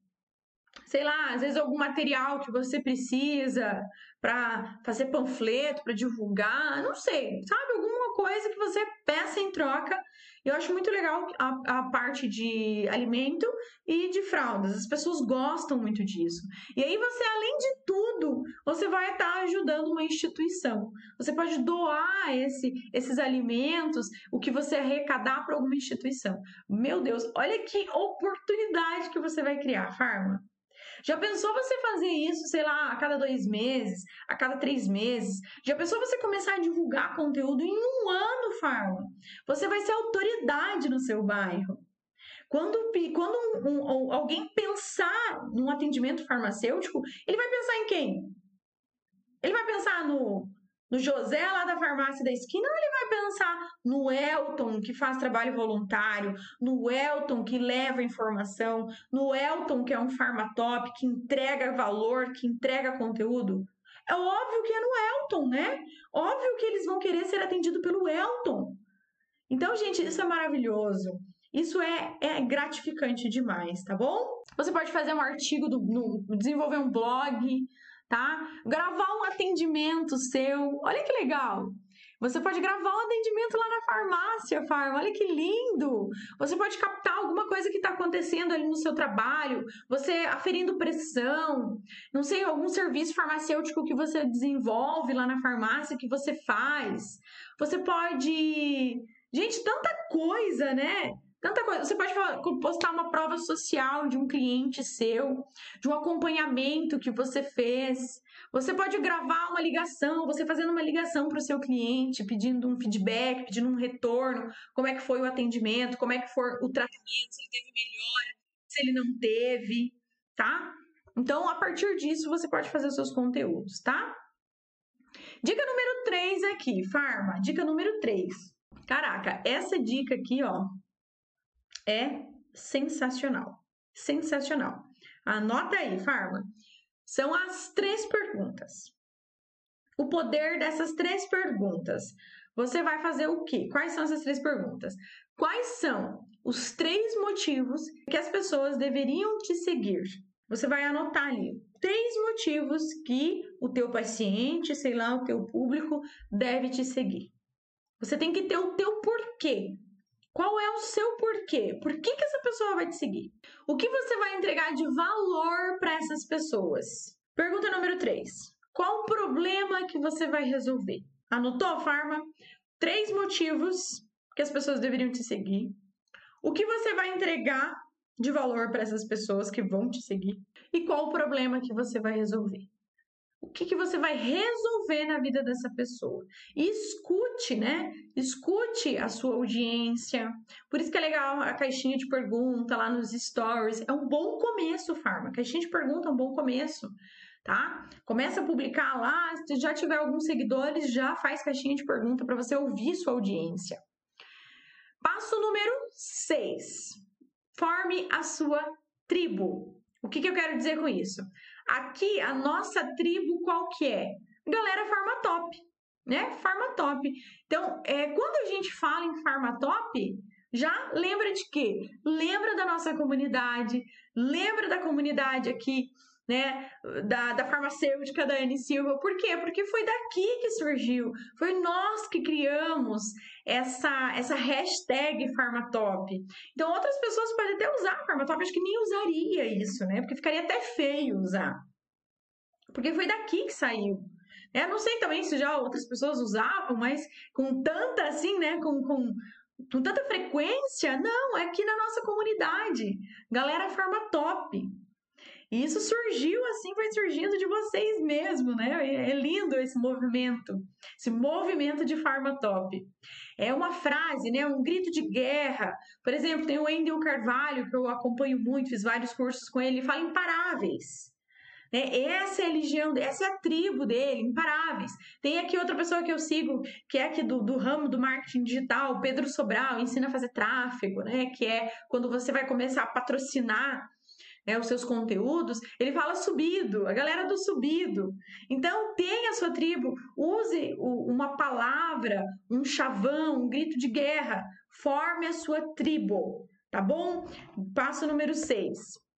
sei lá, às vezes algum material que você precisa para fazer panfleto, para divulgar, não sei, sabe? Alguma coisa que você peça em troca. Eu acho muito legal a, a parte de alimento e de fraldas. As pessoas gostam muito disso. E aí você, além de tudo, você vai estar ajudando uma instituição. Você pode doar esse, esses alimentos, o que você arrecadar para alguma instituição. Meu Deus, olha que oportunidade que você vai criar, Farma. Já pensou você fazer isso, sei lá, a cada dois meses, a cada três meses? Já pensou você começar a divulgar conteúdo em um ano, Farma? Você vai ser autoridade no seu bairro. Quando, quando um, um, alguém pensar num atendimento farmacêutico, ele vai pensar em quem? Ele vai pensar no... no José lá da farmácia da esquina, ou ele vai pensar no Elton, que faz trabalho voluntário, no Elton, que leva informação, no Elton, que é um farmatop, que entrega valor, que entrega conteúdo? É óbvio que é no Elton, né? Óbvio que eles vão querer ser atendidos pelo Elton. Então, gente, isso é maravilhoso. Isso é, é gratificante demais, tá bom? Você pode fazer um artigo, do, no, desenvolver um blog, tá? Gravar um atendimento seu. Olha que legal! Você pode gravar um atendimento lá na farmácia, Farma. Olha que lindo! Você pode captar alguma coisa que está acontecendo ali no seu trabalho, você aferindo pressão, não sei, algum serviço farmacêutico que você desenvolve lá na farmácia, que você faz. Você pode... Gente, tanta coisa, né? Tanta coisa. Você pode postar uma prova social de um cliente seu, de um acompanhamento que você fez. Você pode gravar uma ligação, você fazendo uma ligação para o seu cliente, pedindo um feedback, pedindo um retorno, como é que foi o atendimento, como é que foi o tratamento, se ele teve melhora, se ele não teve, tá? Então, a partir disso, você pode fazer os seus conteúdos, tá? Dica número três aqui, Farma. Dica número três. Caraca, essa dica aqui, ó, é sensacional. Sensacional. Anota aí, Farma. São as três perguntas. O poder dessas três perguntas. Você vai fazer o quê? Quais são essas três perguntas? Quais são os três motivos que as pessoas deveriam te seguir? Você vai anotar ali. Três motivos que o teu paciente, sei lá, o teu público deve te seguir. Você tem que ter o teu porquê. Qual é o seu porquê? Por que que essa pessoa vai te seguir? O que você vai entregar de valor para essas pessoas? Pergunta número três. Qual o problema que você vai resolver? Anotou, Farma? Três motivos que as pessoas deveriam te seguir. O que você vai entregar de valor para essas pessoas que vão te seguir? E qual o problema que você vai resolver? O que, que você vai resolver na vida dessa pessoa? E escute, né? Escute a sua audiência. Por isso que é legal a caixinha de pergunta lá nos stories. É um bom começo, Farma. A caixinha de pergunta é um bom começo, tá? Começa a publicar lá. Se já tiver alguns seguidores, já faz caixinha de pergunta para você ouvir sua audiência. Passo número seis. Forme a sua tribo. O que, que eu quero dizer com isso? Aqui, a nossa tribo qual que é? Galera Farmatop. né? Farmatop. Então, é, quando a gente fala em Farmatop, já lembra de quê? Lembra da nossa comunidade, lembra da comunidade aqui, né, da, da farmacêutica da Anne Silva. Por quê? Porque foi daqui que surgiu, foi nós que criamos essa, essa hashtag Farmatop. Então, outras pessoas podem até usar Farmatop, acho que nem usaria isso, né? Porque ficaria até feio usar. Porque foi daqui que saiu. Eu não sei também se já outras pessoas usavam, mas com tanta assim, né, com... com com tanta frequência, não, é aqui na nossa comunidade, galera Farmatop. E isso surgiu assim, foi surgindo de vocês mesmo, né? É lindo esse movimento, esse movimento de Farmatop. É uma frase, né? Um grito de guerra. Por exemplo, tem o Wendel Carvalho, que eu acompanho muito, fiz vários cursos com ele, ele fala imparáveis. Essa é a legião, essa é a tribo dele, imparáveis. Tem aqui outra pessoa que eu sigo, que é aqui do, do ramo do marketing digital, Pedro Sobral, ensina a fazer tráfego, né? Que é quando você vai começar a patrocinar, né, os seus conteúdos, ele fala subido, a galera do subido. Então, tenha a sua tribo, use o, uma palavra, um chavão, um grito de guerra, forme a sua tribo, tá bom? Passo número seis.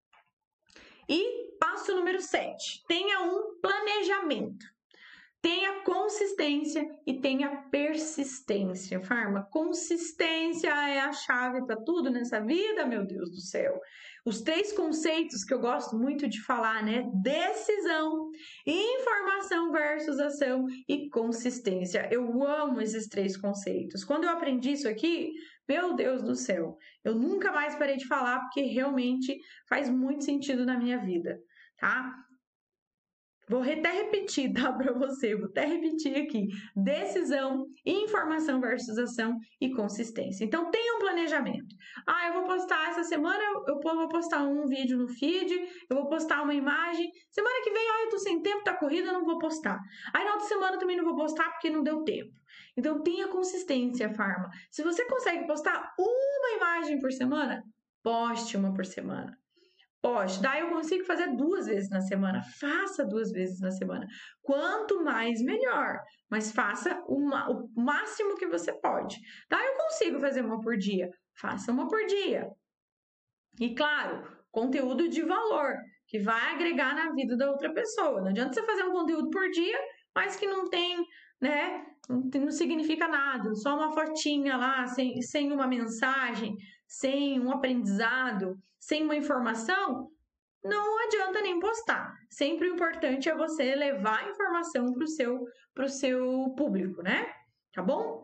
E passo número sete, tenha um planejamento, tenha consistência e tenha persistência. Farma, consistência é a chave para tudo nessa vida, meu Deus do céu. Os três conceitos que eu gosto muito de falar, né? Decisão, informação versus ação e consistência. Eu amo esses três conceitos. Quando eu aprendi isso aqui, meu Deus do céu, eu nunca mais parei de falar porque realmente faz muito sentido na minha vida, tá? Vou até repetir, tá, para você, vou até repetir aqui. Decisão, informação versus ação e consistência. Então, tenha um planejamento. Ah, eu vou postar essa semana, eu vou postar um vídeo no feed, eu vou postar uma imagem. Semana que vem, ah, eu tô sem tempo, tá corrida, eu não vou postar. Aí, na outra semana, eu também não vou postar porque não deu tempo. Então, tenha consistência, Farma. Se você consegue postar uma imagem por semana, poste uma por semana. Poste, daí eu consigo fazer duas vezes na semana. Faça duas vezes na semana. Quanto mais, melhor. Mas faça uma, o máximo que você pode. Daí eu consigo fazer uma por dia. Faça uma por dia. E claro, conteúdo de valor, que vai agregar na vida da outra pessoa. Não adianta você fazer um conteúdo por dia, mas que não tem, né? Não, tem, não significa nada. Só uma fotinha lá, sem, sem uma mensagem, sem um aprendizado, sem uma informação, não adianta nem postar. Sempre o importante é você levar a informação para o seu, pro seu público, né? Tá bom?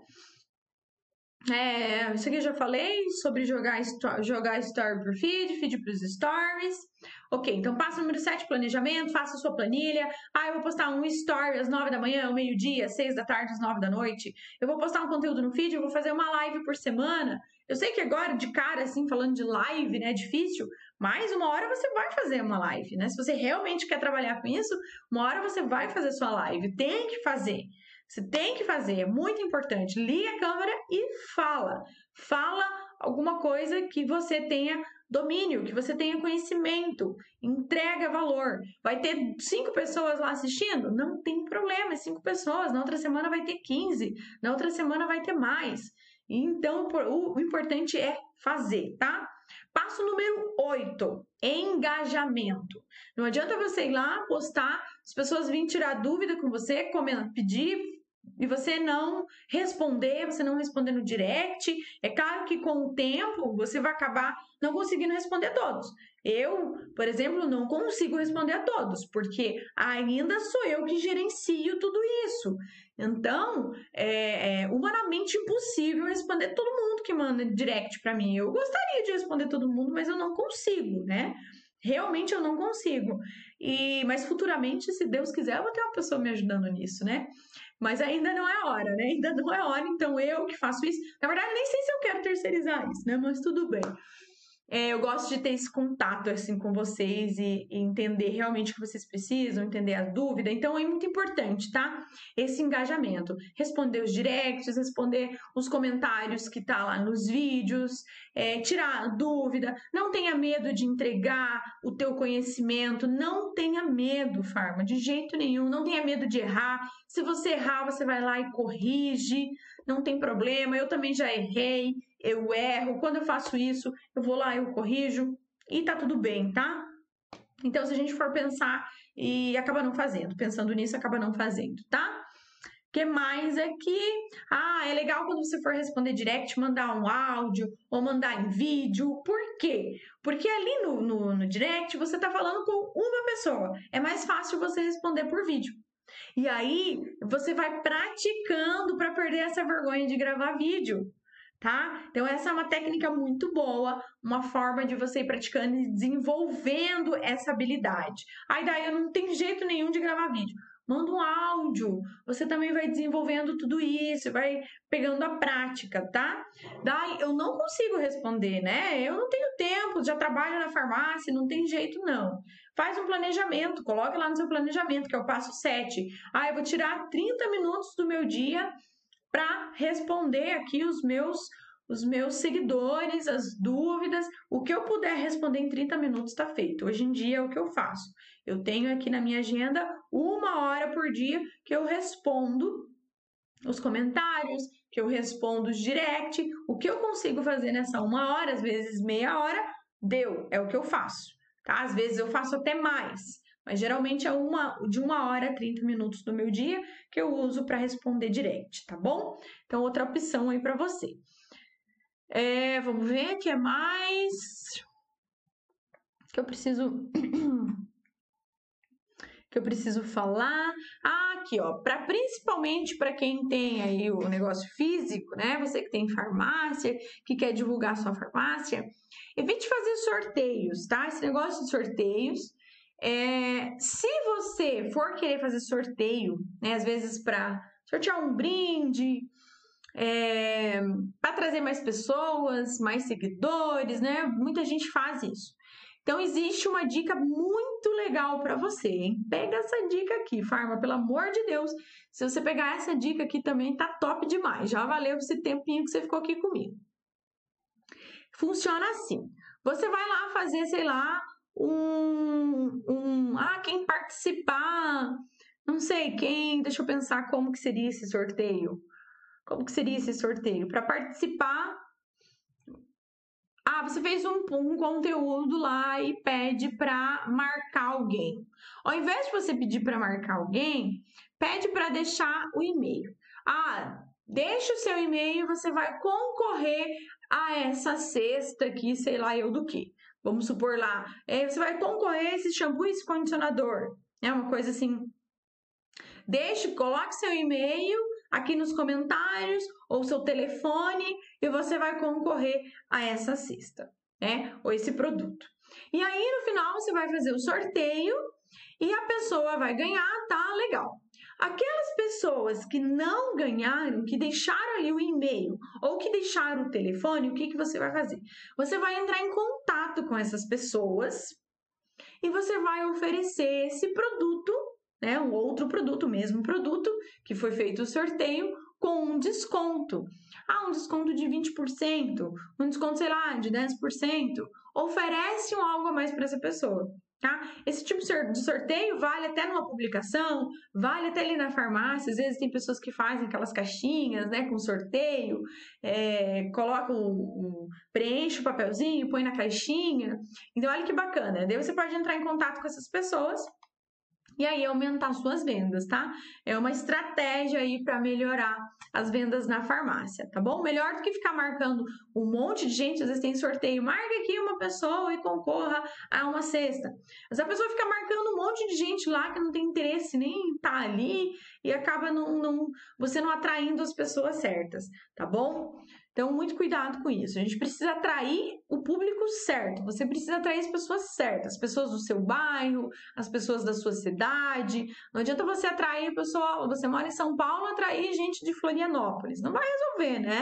É, isso aqui eu já falei sobre jogar, jogar story por feed, feed para os stories. Ok, então passo número sete, planejamento, faça sua planilha. Ah, eu vou postar um story às nove da manhã, ao meio-dia, às seis da tarde, às nove da noite. Eu vou postar um conteúdo no feed, eu vou fazer uma live por semana. Eu sei que agora, de cara, assim, falando de live, né, é difícil, mas uma hora você vai fazer uma live, né? Se você realmente quer trabalhar com isso, uma hora você vai fazer sua live. Tem que fazer. Você tem que fazer, é muito importante. Liga a câmera e fala. Fala alguma coisa que você tenha domínio, que você tenha conhecimento. Entrega valor. Vai ter cinco pessoas lá assistindo? Não tem problema, é cinco pessoas. Na outra semana vai ter quinze. Na outra semana vai ter mais. Então, o importante é fazer, tá? Passo número oito, engajamento. Não adianta você ir lá, postar, as pessoas virem tirar dúvida com você, pedir, e você não responder, você não responder no direct. É claro que com o tempo você vai acabar não conseguindo responder a todos. Eu, por exemplo, não consigo responder a todos, porque ainda sou eu que gerencio tudo isso. Então, é, é humanamente impossível responder todo mundo que manda direct para mim. Eu gostaria de responder todo mundo, mas eu não consigo, né? Realmente eu não consigo. E, mas futuramente, se Deus quiser, eu vou ter uma pessoa me ajudando nisso, né? Mas ainda não é hora, né? Ainda não é hora, então eu que faço isso. Na verdade, nem sei se eu quero terceirizar isso, né? Mas tudo bem. É, eu gosto de ter esse contato assim com vocês e, e entender realmente o que vocês precisam, entender a dúvida. Então é muito importante, tá? Esse engajamento. Responder os directs, responder os comentários que tá lá nos vídeos, é, tirar a dúvida. Não tenha medo de entregar o teu conhecimento. Não tenha medo, Farma, de jeito nenhum. Não tenha medo de errar. Se você errar, você vai lá e corrige. Não tem problema. Eu também já errei. Eu erro, quando eu faço isso, eu vou lá, eu corrijo e tá tudo bem, tá? Então, se a gente for pensar e acaba não fazendo, pensando nisso, acaba não fazendo, tá? O que mais é que, ah, é legal quando você for responder direct, mandar um áudio ou mandar em vídeo. Por quê? Porque ali no, no, no direct você tá falando com uma pessoa. É mais fácil você responder por vídeo. E aí, você vai praticando para perder essa vergonha de gravar vídeo. Tá? Então, essa é uma técnica muito boa, uma forma de você ir praticando e desenvolvendo essa habilidade. Aí, daí, eu não tenho jeito nenhum de gravar vídeo. Manda um áudio, você também vai desenvolvendo tudo isso, vai pegando a prática, tá? Daí, eu não consigo responder, né? Eu não tenho tempo, já trabalho na farmácia, não tem jeito, não. Faz um planejamento, coloca lá no seu planejamento, que é o passo sete. Ah, eu vou tirar trinta minutos do meu dia para responder aqui os meus, os meus seguidores, as dúvidas. O que eu puder responder em trinta minutos está feito. Hoje em dia é o que eu faço. Eu tenho aqui na minha agenda uma hora por dia que eu respondo os comentários, que eu respondo os direct. O que eu consigo fazer nessa uma hora, às vezes meia hora, deu. É o que eu faço, tá? Às vezes eu faço até mais. Mas geralmente é uma, de uma hora a trinta minutos do meu dia que eu uso para responder direct, tá bom? Então, outra opção aí para você. É, vamos ver o que é mais que eu preciso que eu preciso falar. Ah, aqui, ó, para principalmente para quem tem aí o negócio físico, né? Você que tem farmácia, que quer divulgar sua farmácia, evite fazer sorteios, tá? Esse negócio de sorteios. É, se você for querer fazer sorteio, né, às vezes para sortear um brinde, é, para trazer mais pessoas, mais seguidores, né? Muita gente faz isso. Então, existe uma dica muito legal para você, hein? Pega essa dica aqui, Farma, pelo amor de Deus. Se você pegar essa dica aqui também, tá top demais. Já valeu esse tempinho que você ficou aqui comigo. Funciona assim. Você vai lá fazer, sei lá, um, um, ah, quem participar, não sei quem, deixa eu pensar como que seria esse sorteio, como que seria esse sorteio, para participar, ah, você fez um, um conteúdo lá e pede para marcar alguém, ao invés de você pedir para marcar alguém, pede para deixar o e-mail, ah, deixa o seu e-mail, você vai concorrer a essa cesta aqui, sei lá eu do que. Vamos supor lá, é, você vai concorrer a esse shampoo e esse condicionador. É uma coisa assim. Deixe, coloque seu e-mail aqui nos comentários ou seu telefone e você vai concorrer a essa cesta, né? Ou esse produto. E aí, no final, você vai fazer o sorteio e a pessoa vai ganhar, tá? Legal. Aquelas pessoas que não ganharam, que deixaram ali o e-mail ou que deixaram o telefone, o que, que você vai fazer? Você vai entrar em contato com essas pessoas e você vai oferecer esse produto, né, um outro produto, o mesmo produto que foi feito o sorteio, com um desconto. Ah, um desconto de vinte por cento, um desconto, sei lá, de dez por cento. Oferece um algo a mais para essa pessoa. Tá? Esse tipo de sorteio vale até numa publicação, vale até ali na farmácia. Às vezes tem pessoas que fazem aquelas caixinhas, né, com sorteio, é, colocam, um, preenche o papelzinho, põe na caixinha. Então, olha que bacana. Daí você pode entrar em contato com essas pessoas e aí aumentar suas vendas, tá? É uma estratégia aí para melhorar as vendas na farmácia, tá bom? Melhor do que ficar marcando um monte de gente, às vezes tem sorteio, marca aqui uma pessoa e concorra a uma cesta. Mas a pessoa fica marcando um monte de gente lá que não tem interesse nem tá ali e acaba não, não, você não atraindo as pessoas certas, tá bom? Então, muito cuidado com isso. A gente precisa atrair o público certo. Você precisa atrair as pessoas certas. As pessoas do seu bairro, as pessoas da sua cidade. Não adianta você atrair pessoa, você mora em São Paulo, atrair gente de Florianópolis. Não vai resolver, né?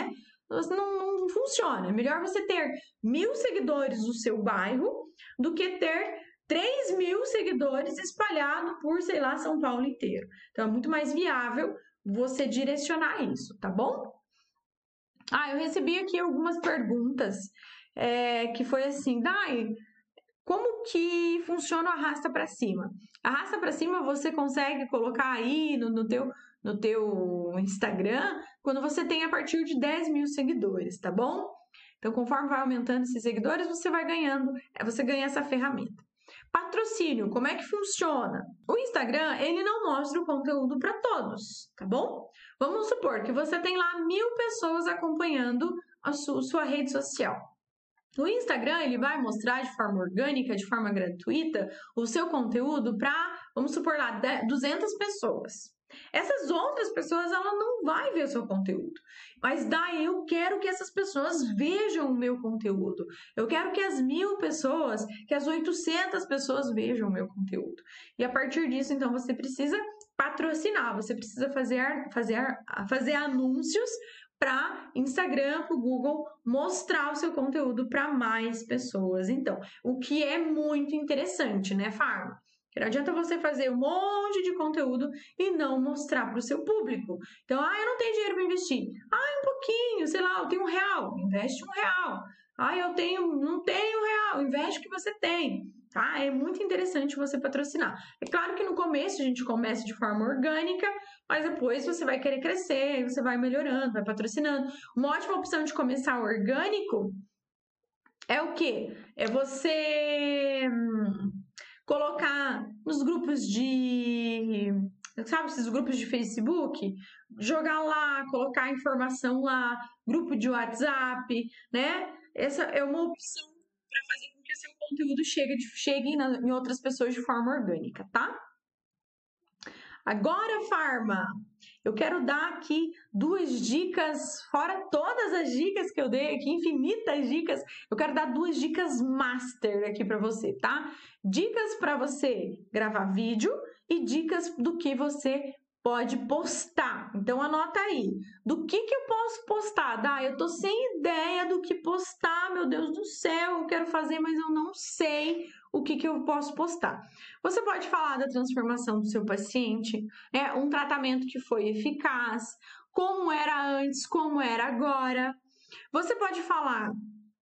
não, não funciona. É melhor você ter mil seguidores no seu bairro do que ter três mil seguidores espalhados por, sei lá, São Paulo inteiro. Então, é muito mais viável você direcionar isso, tá bom? Ah, eu recebi aqui algumas perguntas, é, que foi assim, Dai, como que funciona o arrasta para cima? Arrasta para cima você consegue colocar aí no, no, teu, no teu Instagram quando você tem a partir de dez mil seguidores, tá bom? Então, conforme vai aumentando esses seguidores, você vai ganhando, você ganha essa ferramenta. Patrocínio, como é que funciona? O Instagram, ele não mostra o conteúdo para todos, tá bom? Vamos supor que você tem lá mil pessoas acompanhando a sua, sua rede social. O Instagram, ele vai mostrar de forma orgânica, de forma gratuita, o seu conteúdo para, vamos supor lá, duzentas pessoas. Essas outras pessoas, ela não vai ver o seu conteúdo. Mas daí eu quero que essas pessoas vejam o meu conteúdo. Eu quero que as mil pessoas, que as oitocentas pessoas vejam o meu conteúdo. E a partir disso, então, você precisa patrocinar, você precisa fazer, fazer, fazer anúncios para Instagram, para o Google, mostrar o seu conteúdo para mais pessoas. Então, o que é muito interessante, né, Farma? Que não adianta você fazer um monte de conteúdo e não mostrar para o seu público. Então, ah, eu não tenho dinheiro para investir. Ah, um pouquinho, sei lá, eu tenho um real, investe um real. Ah, eu tenho, não tenho um real, investe o que você tem. Tá? É muito interessante você patrocinar. É claro que no começo a gente começa de forma orgânica, mas depois você vai querer crescer, você vai melhorando, vai patrocinando. Uma ótima opção de começar orgânico é o quê? É você colocar nos grupos de, sabe, esses grupos de Facebook, jogar lá, colocar informação lá, grupo de WhatsApp, né? Essa é uma opção para fazer com que seu conteúdo chegue, chegue na, em outras pessoas de forma orgânica, tá? Agora, Farma, eu quero dar aqui duas dicas, fora todas as dicas que eu dei aqui, infinitas dicas, eu quero dar duas dicas master aqui para você, tá? Dicas para você gravar vídeo e dicas do que você pode postar. Então, anota aí. Do que que eu posso postar? Dá, eu tô sem ideia do que postar, meu Deus do céu, eu quero fazer, mas eu não sei o que que eu posso postar. Você pode falar da transformação do seu paciente, né? Um tratamento que foi eficaz, como era antes, como era agora. Você pode falar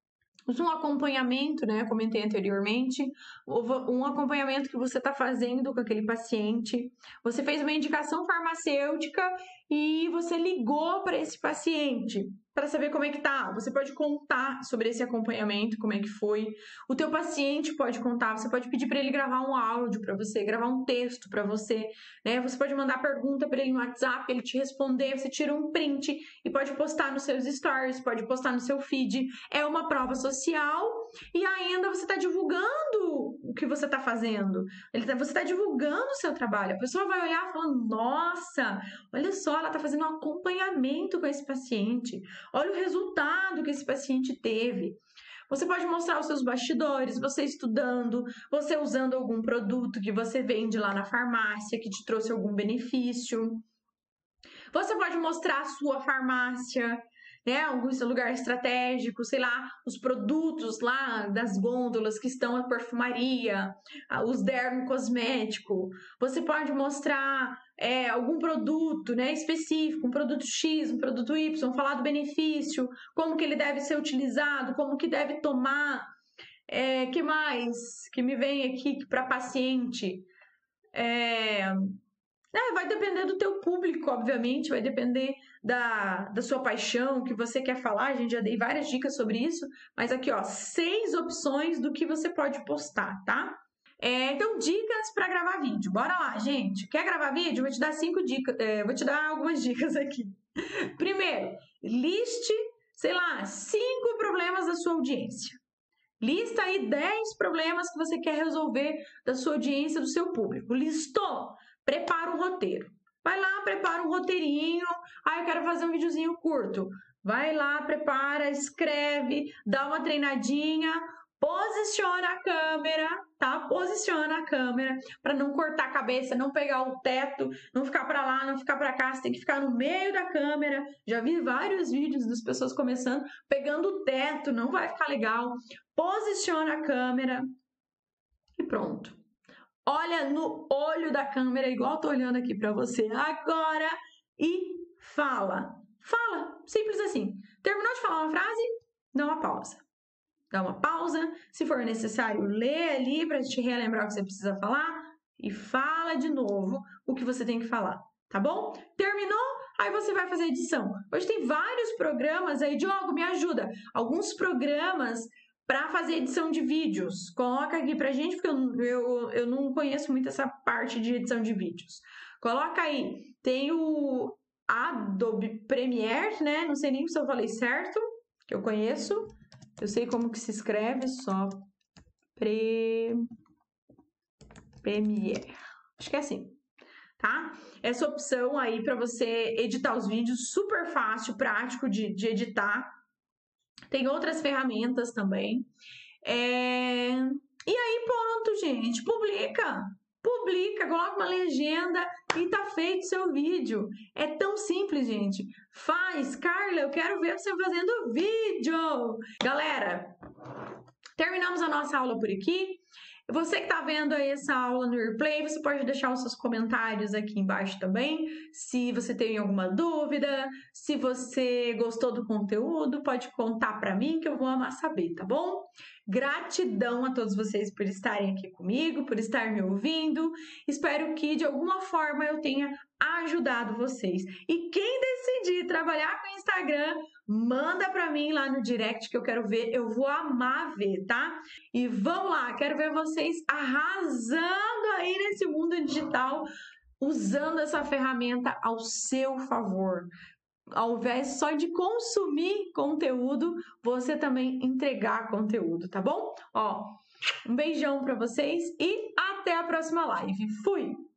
um acompanhamento, né? Eu comentei anteriormente, um acompanhamento que você está fazendo com aquele paciente. Você fez uma indicação farmacêutica e você ligou para esse paciente para saber como é que tá. Você pode contar sobre esse acompanhamento, como é que foi. O teu paciente pode contar, você pode pedir para ele gravar um áudio para você, gravar um texto para você, né? Você pode mandar pergunta para ele no WhatsApp, ele te responder, você tira um print e pode postar nos seus stories, pode postar no seu feed. É uma prova social e ainda você está divulgando o que você está fazendo. Você está divulgando o seu trabalho. A pessoa vai olhar falando, nossa, olha só, ela está fazendo um acompanhamento com esse paciente. Olha o resultado que esse paciente teve. Você pode mostrar os seus bastidores, você estudando, você usando algum produto que você vende lá na farmácia, que te trouxe algum benefício. Você pode mostrar a sua farmácia, né? Algum lugar estratégico, sei lá, os produtos lá das gôndolas que estão na perfumaria, os dermocosméticos. Você pode mostrar é, algum produto, né, específico, um produto X, um produto Y, falar do benefício, como que ele deve ser utilizado, como que deve tomar. É, que mais que me vem aqui para paciente? É... É, vai depender do teu público, obviamente, vai depender da, da sua paixão, o que você quer falar. A gente já dei várias dicas sobre isso, mas aqui, ó, seis opções do que você pode postar, tá? É, então, dicas para gravar vídeo. Bora lá, gente. Quer gravar vídeo? Vou te dar cinco dicas, é, vou te dar algumas dicas aqui. Primeiro, liste, sei lá, cinco problemas da sua audiência. Lista aí dez problemas que você quer resolver da sua audiência, do seu público. Listou? Prepara um roteiro. Vai lá, prepara um roteirinho. Ah, eu quero fazer um videozinho curto. Vai lá, prepara, escreve, dá uma treinadinha, Posiciona a câmera, tá? Posiciona a câmera para não cortar a cabeça, não pegar o teto, não ficar para lá, não ficar para cá. Você tem que ficar no meio da câmera. Já vi vários vídeos das pessoas começando pegando o teto, não vai ficar legal. Posiciona a câmera e pronto. Olha no olho da câmera, igual eu tô olhando aqui para você agora, e fala. Fala, simples assim. Terminou de falar uma frase? Dá uma pausa. Dá uma pausa, se for necessário, lê ali para te relembrar o que você precisa falar e fala de novo o que você tem que falar, tá bom? Terminou? Aí você vai fazer a edição. Hoje tem vários programas aí, Diogo, me ajuda. Alguns programas para fazer edição de vídeos. Coloca aqui pra gente, porque eu, eu, eu não conheço muito essa parte de edição de vídeos. Coloca aí, tem o Adobe Premiere, né? Não sei nem se eu falei certo, que eu conheço. Eu sei como que se escreve, só pre... Premiere. Acho que é assim, tá? Essa opção aí para você editar os vídeos, super fácil, prático de, de editar. Tem outras ferramentas também. É... E aí, pronto, gente. Publica. Publica, coloca uma legenda e tá feito seu vídeo. É tão simples, gente. Faz, Carla, eu quero ver você fazendo vídeo. Galera, terminamos a nossa aula por aqui. Você que está vendo aí essa aula no replay, você pode deixar os seus comentários aqui embaixo também. Se você tem alguma dúvida, se você gostou do conteúdo, pode contar para mim que eu vou amar saber, tá bom? Gratidão a todos vocês por estarem aqui comigo, por estar me ouvindo. Espero que de alguma forma eu tenha ajudado vocês. E quem decidir trabalhar com Instagram, manda para mim lá no direct que eu quero ver, eu vou amar ver, tá? E vamos lá, quero ver vocês arrasando aí nesse mundo digital, usando essa ferramenta ao seu favor. Ao invés só de consumir conteúdo, você também entregar conteúdo, tá bom? Ó, um beijão para vocês e até a próxima live. Fui!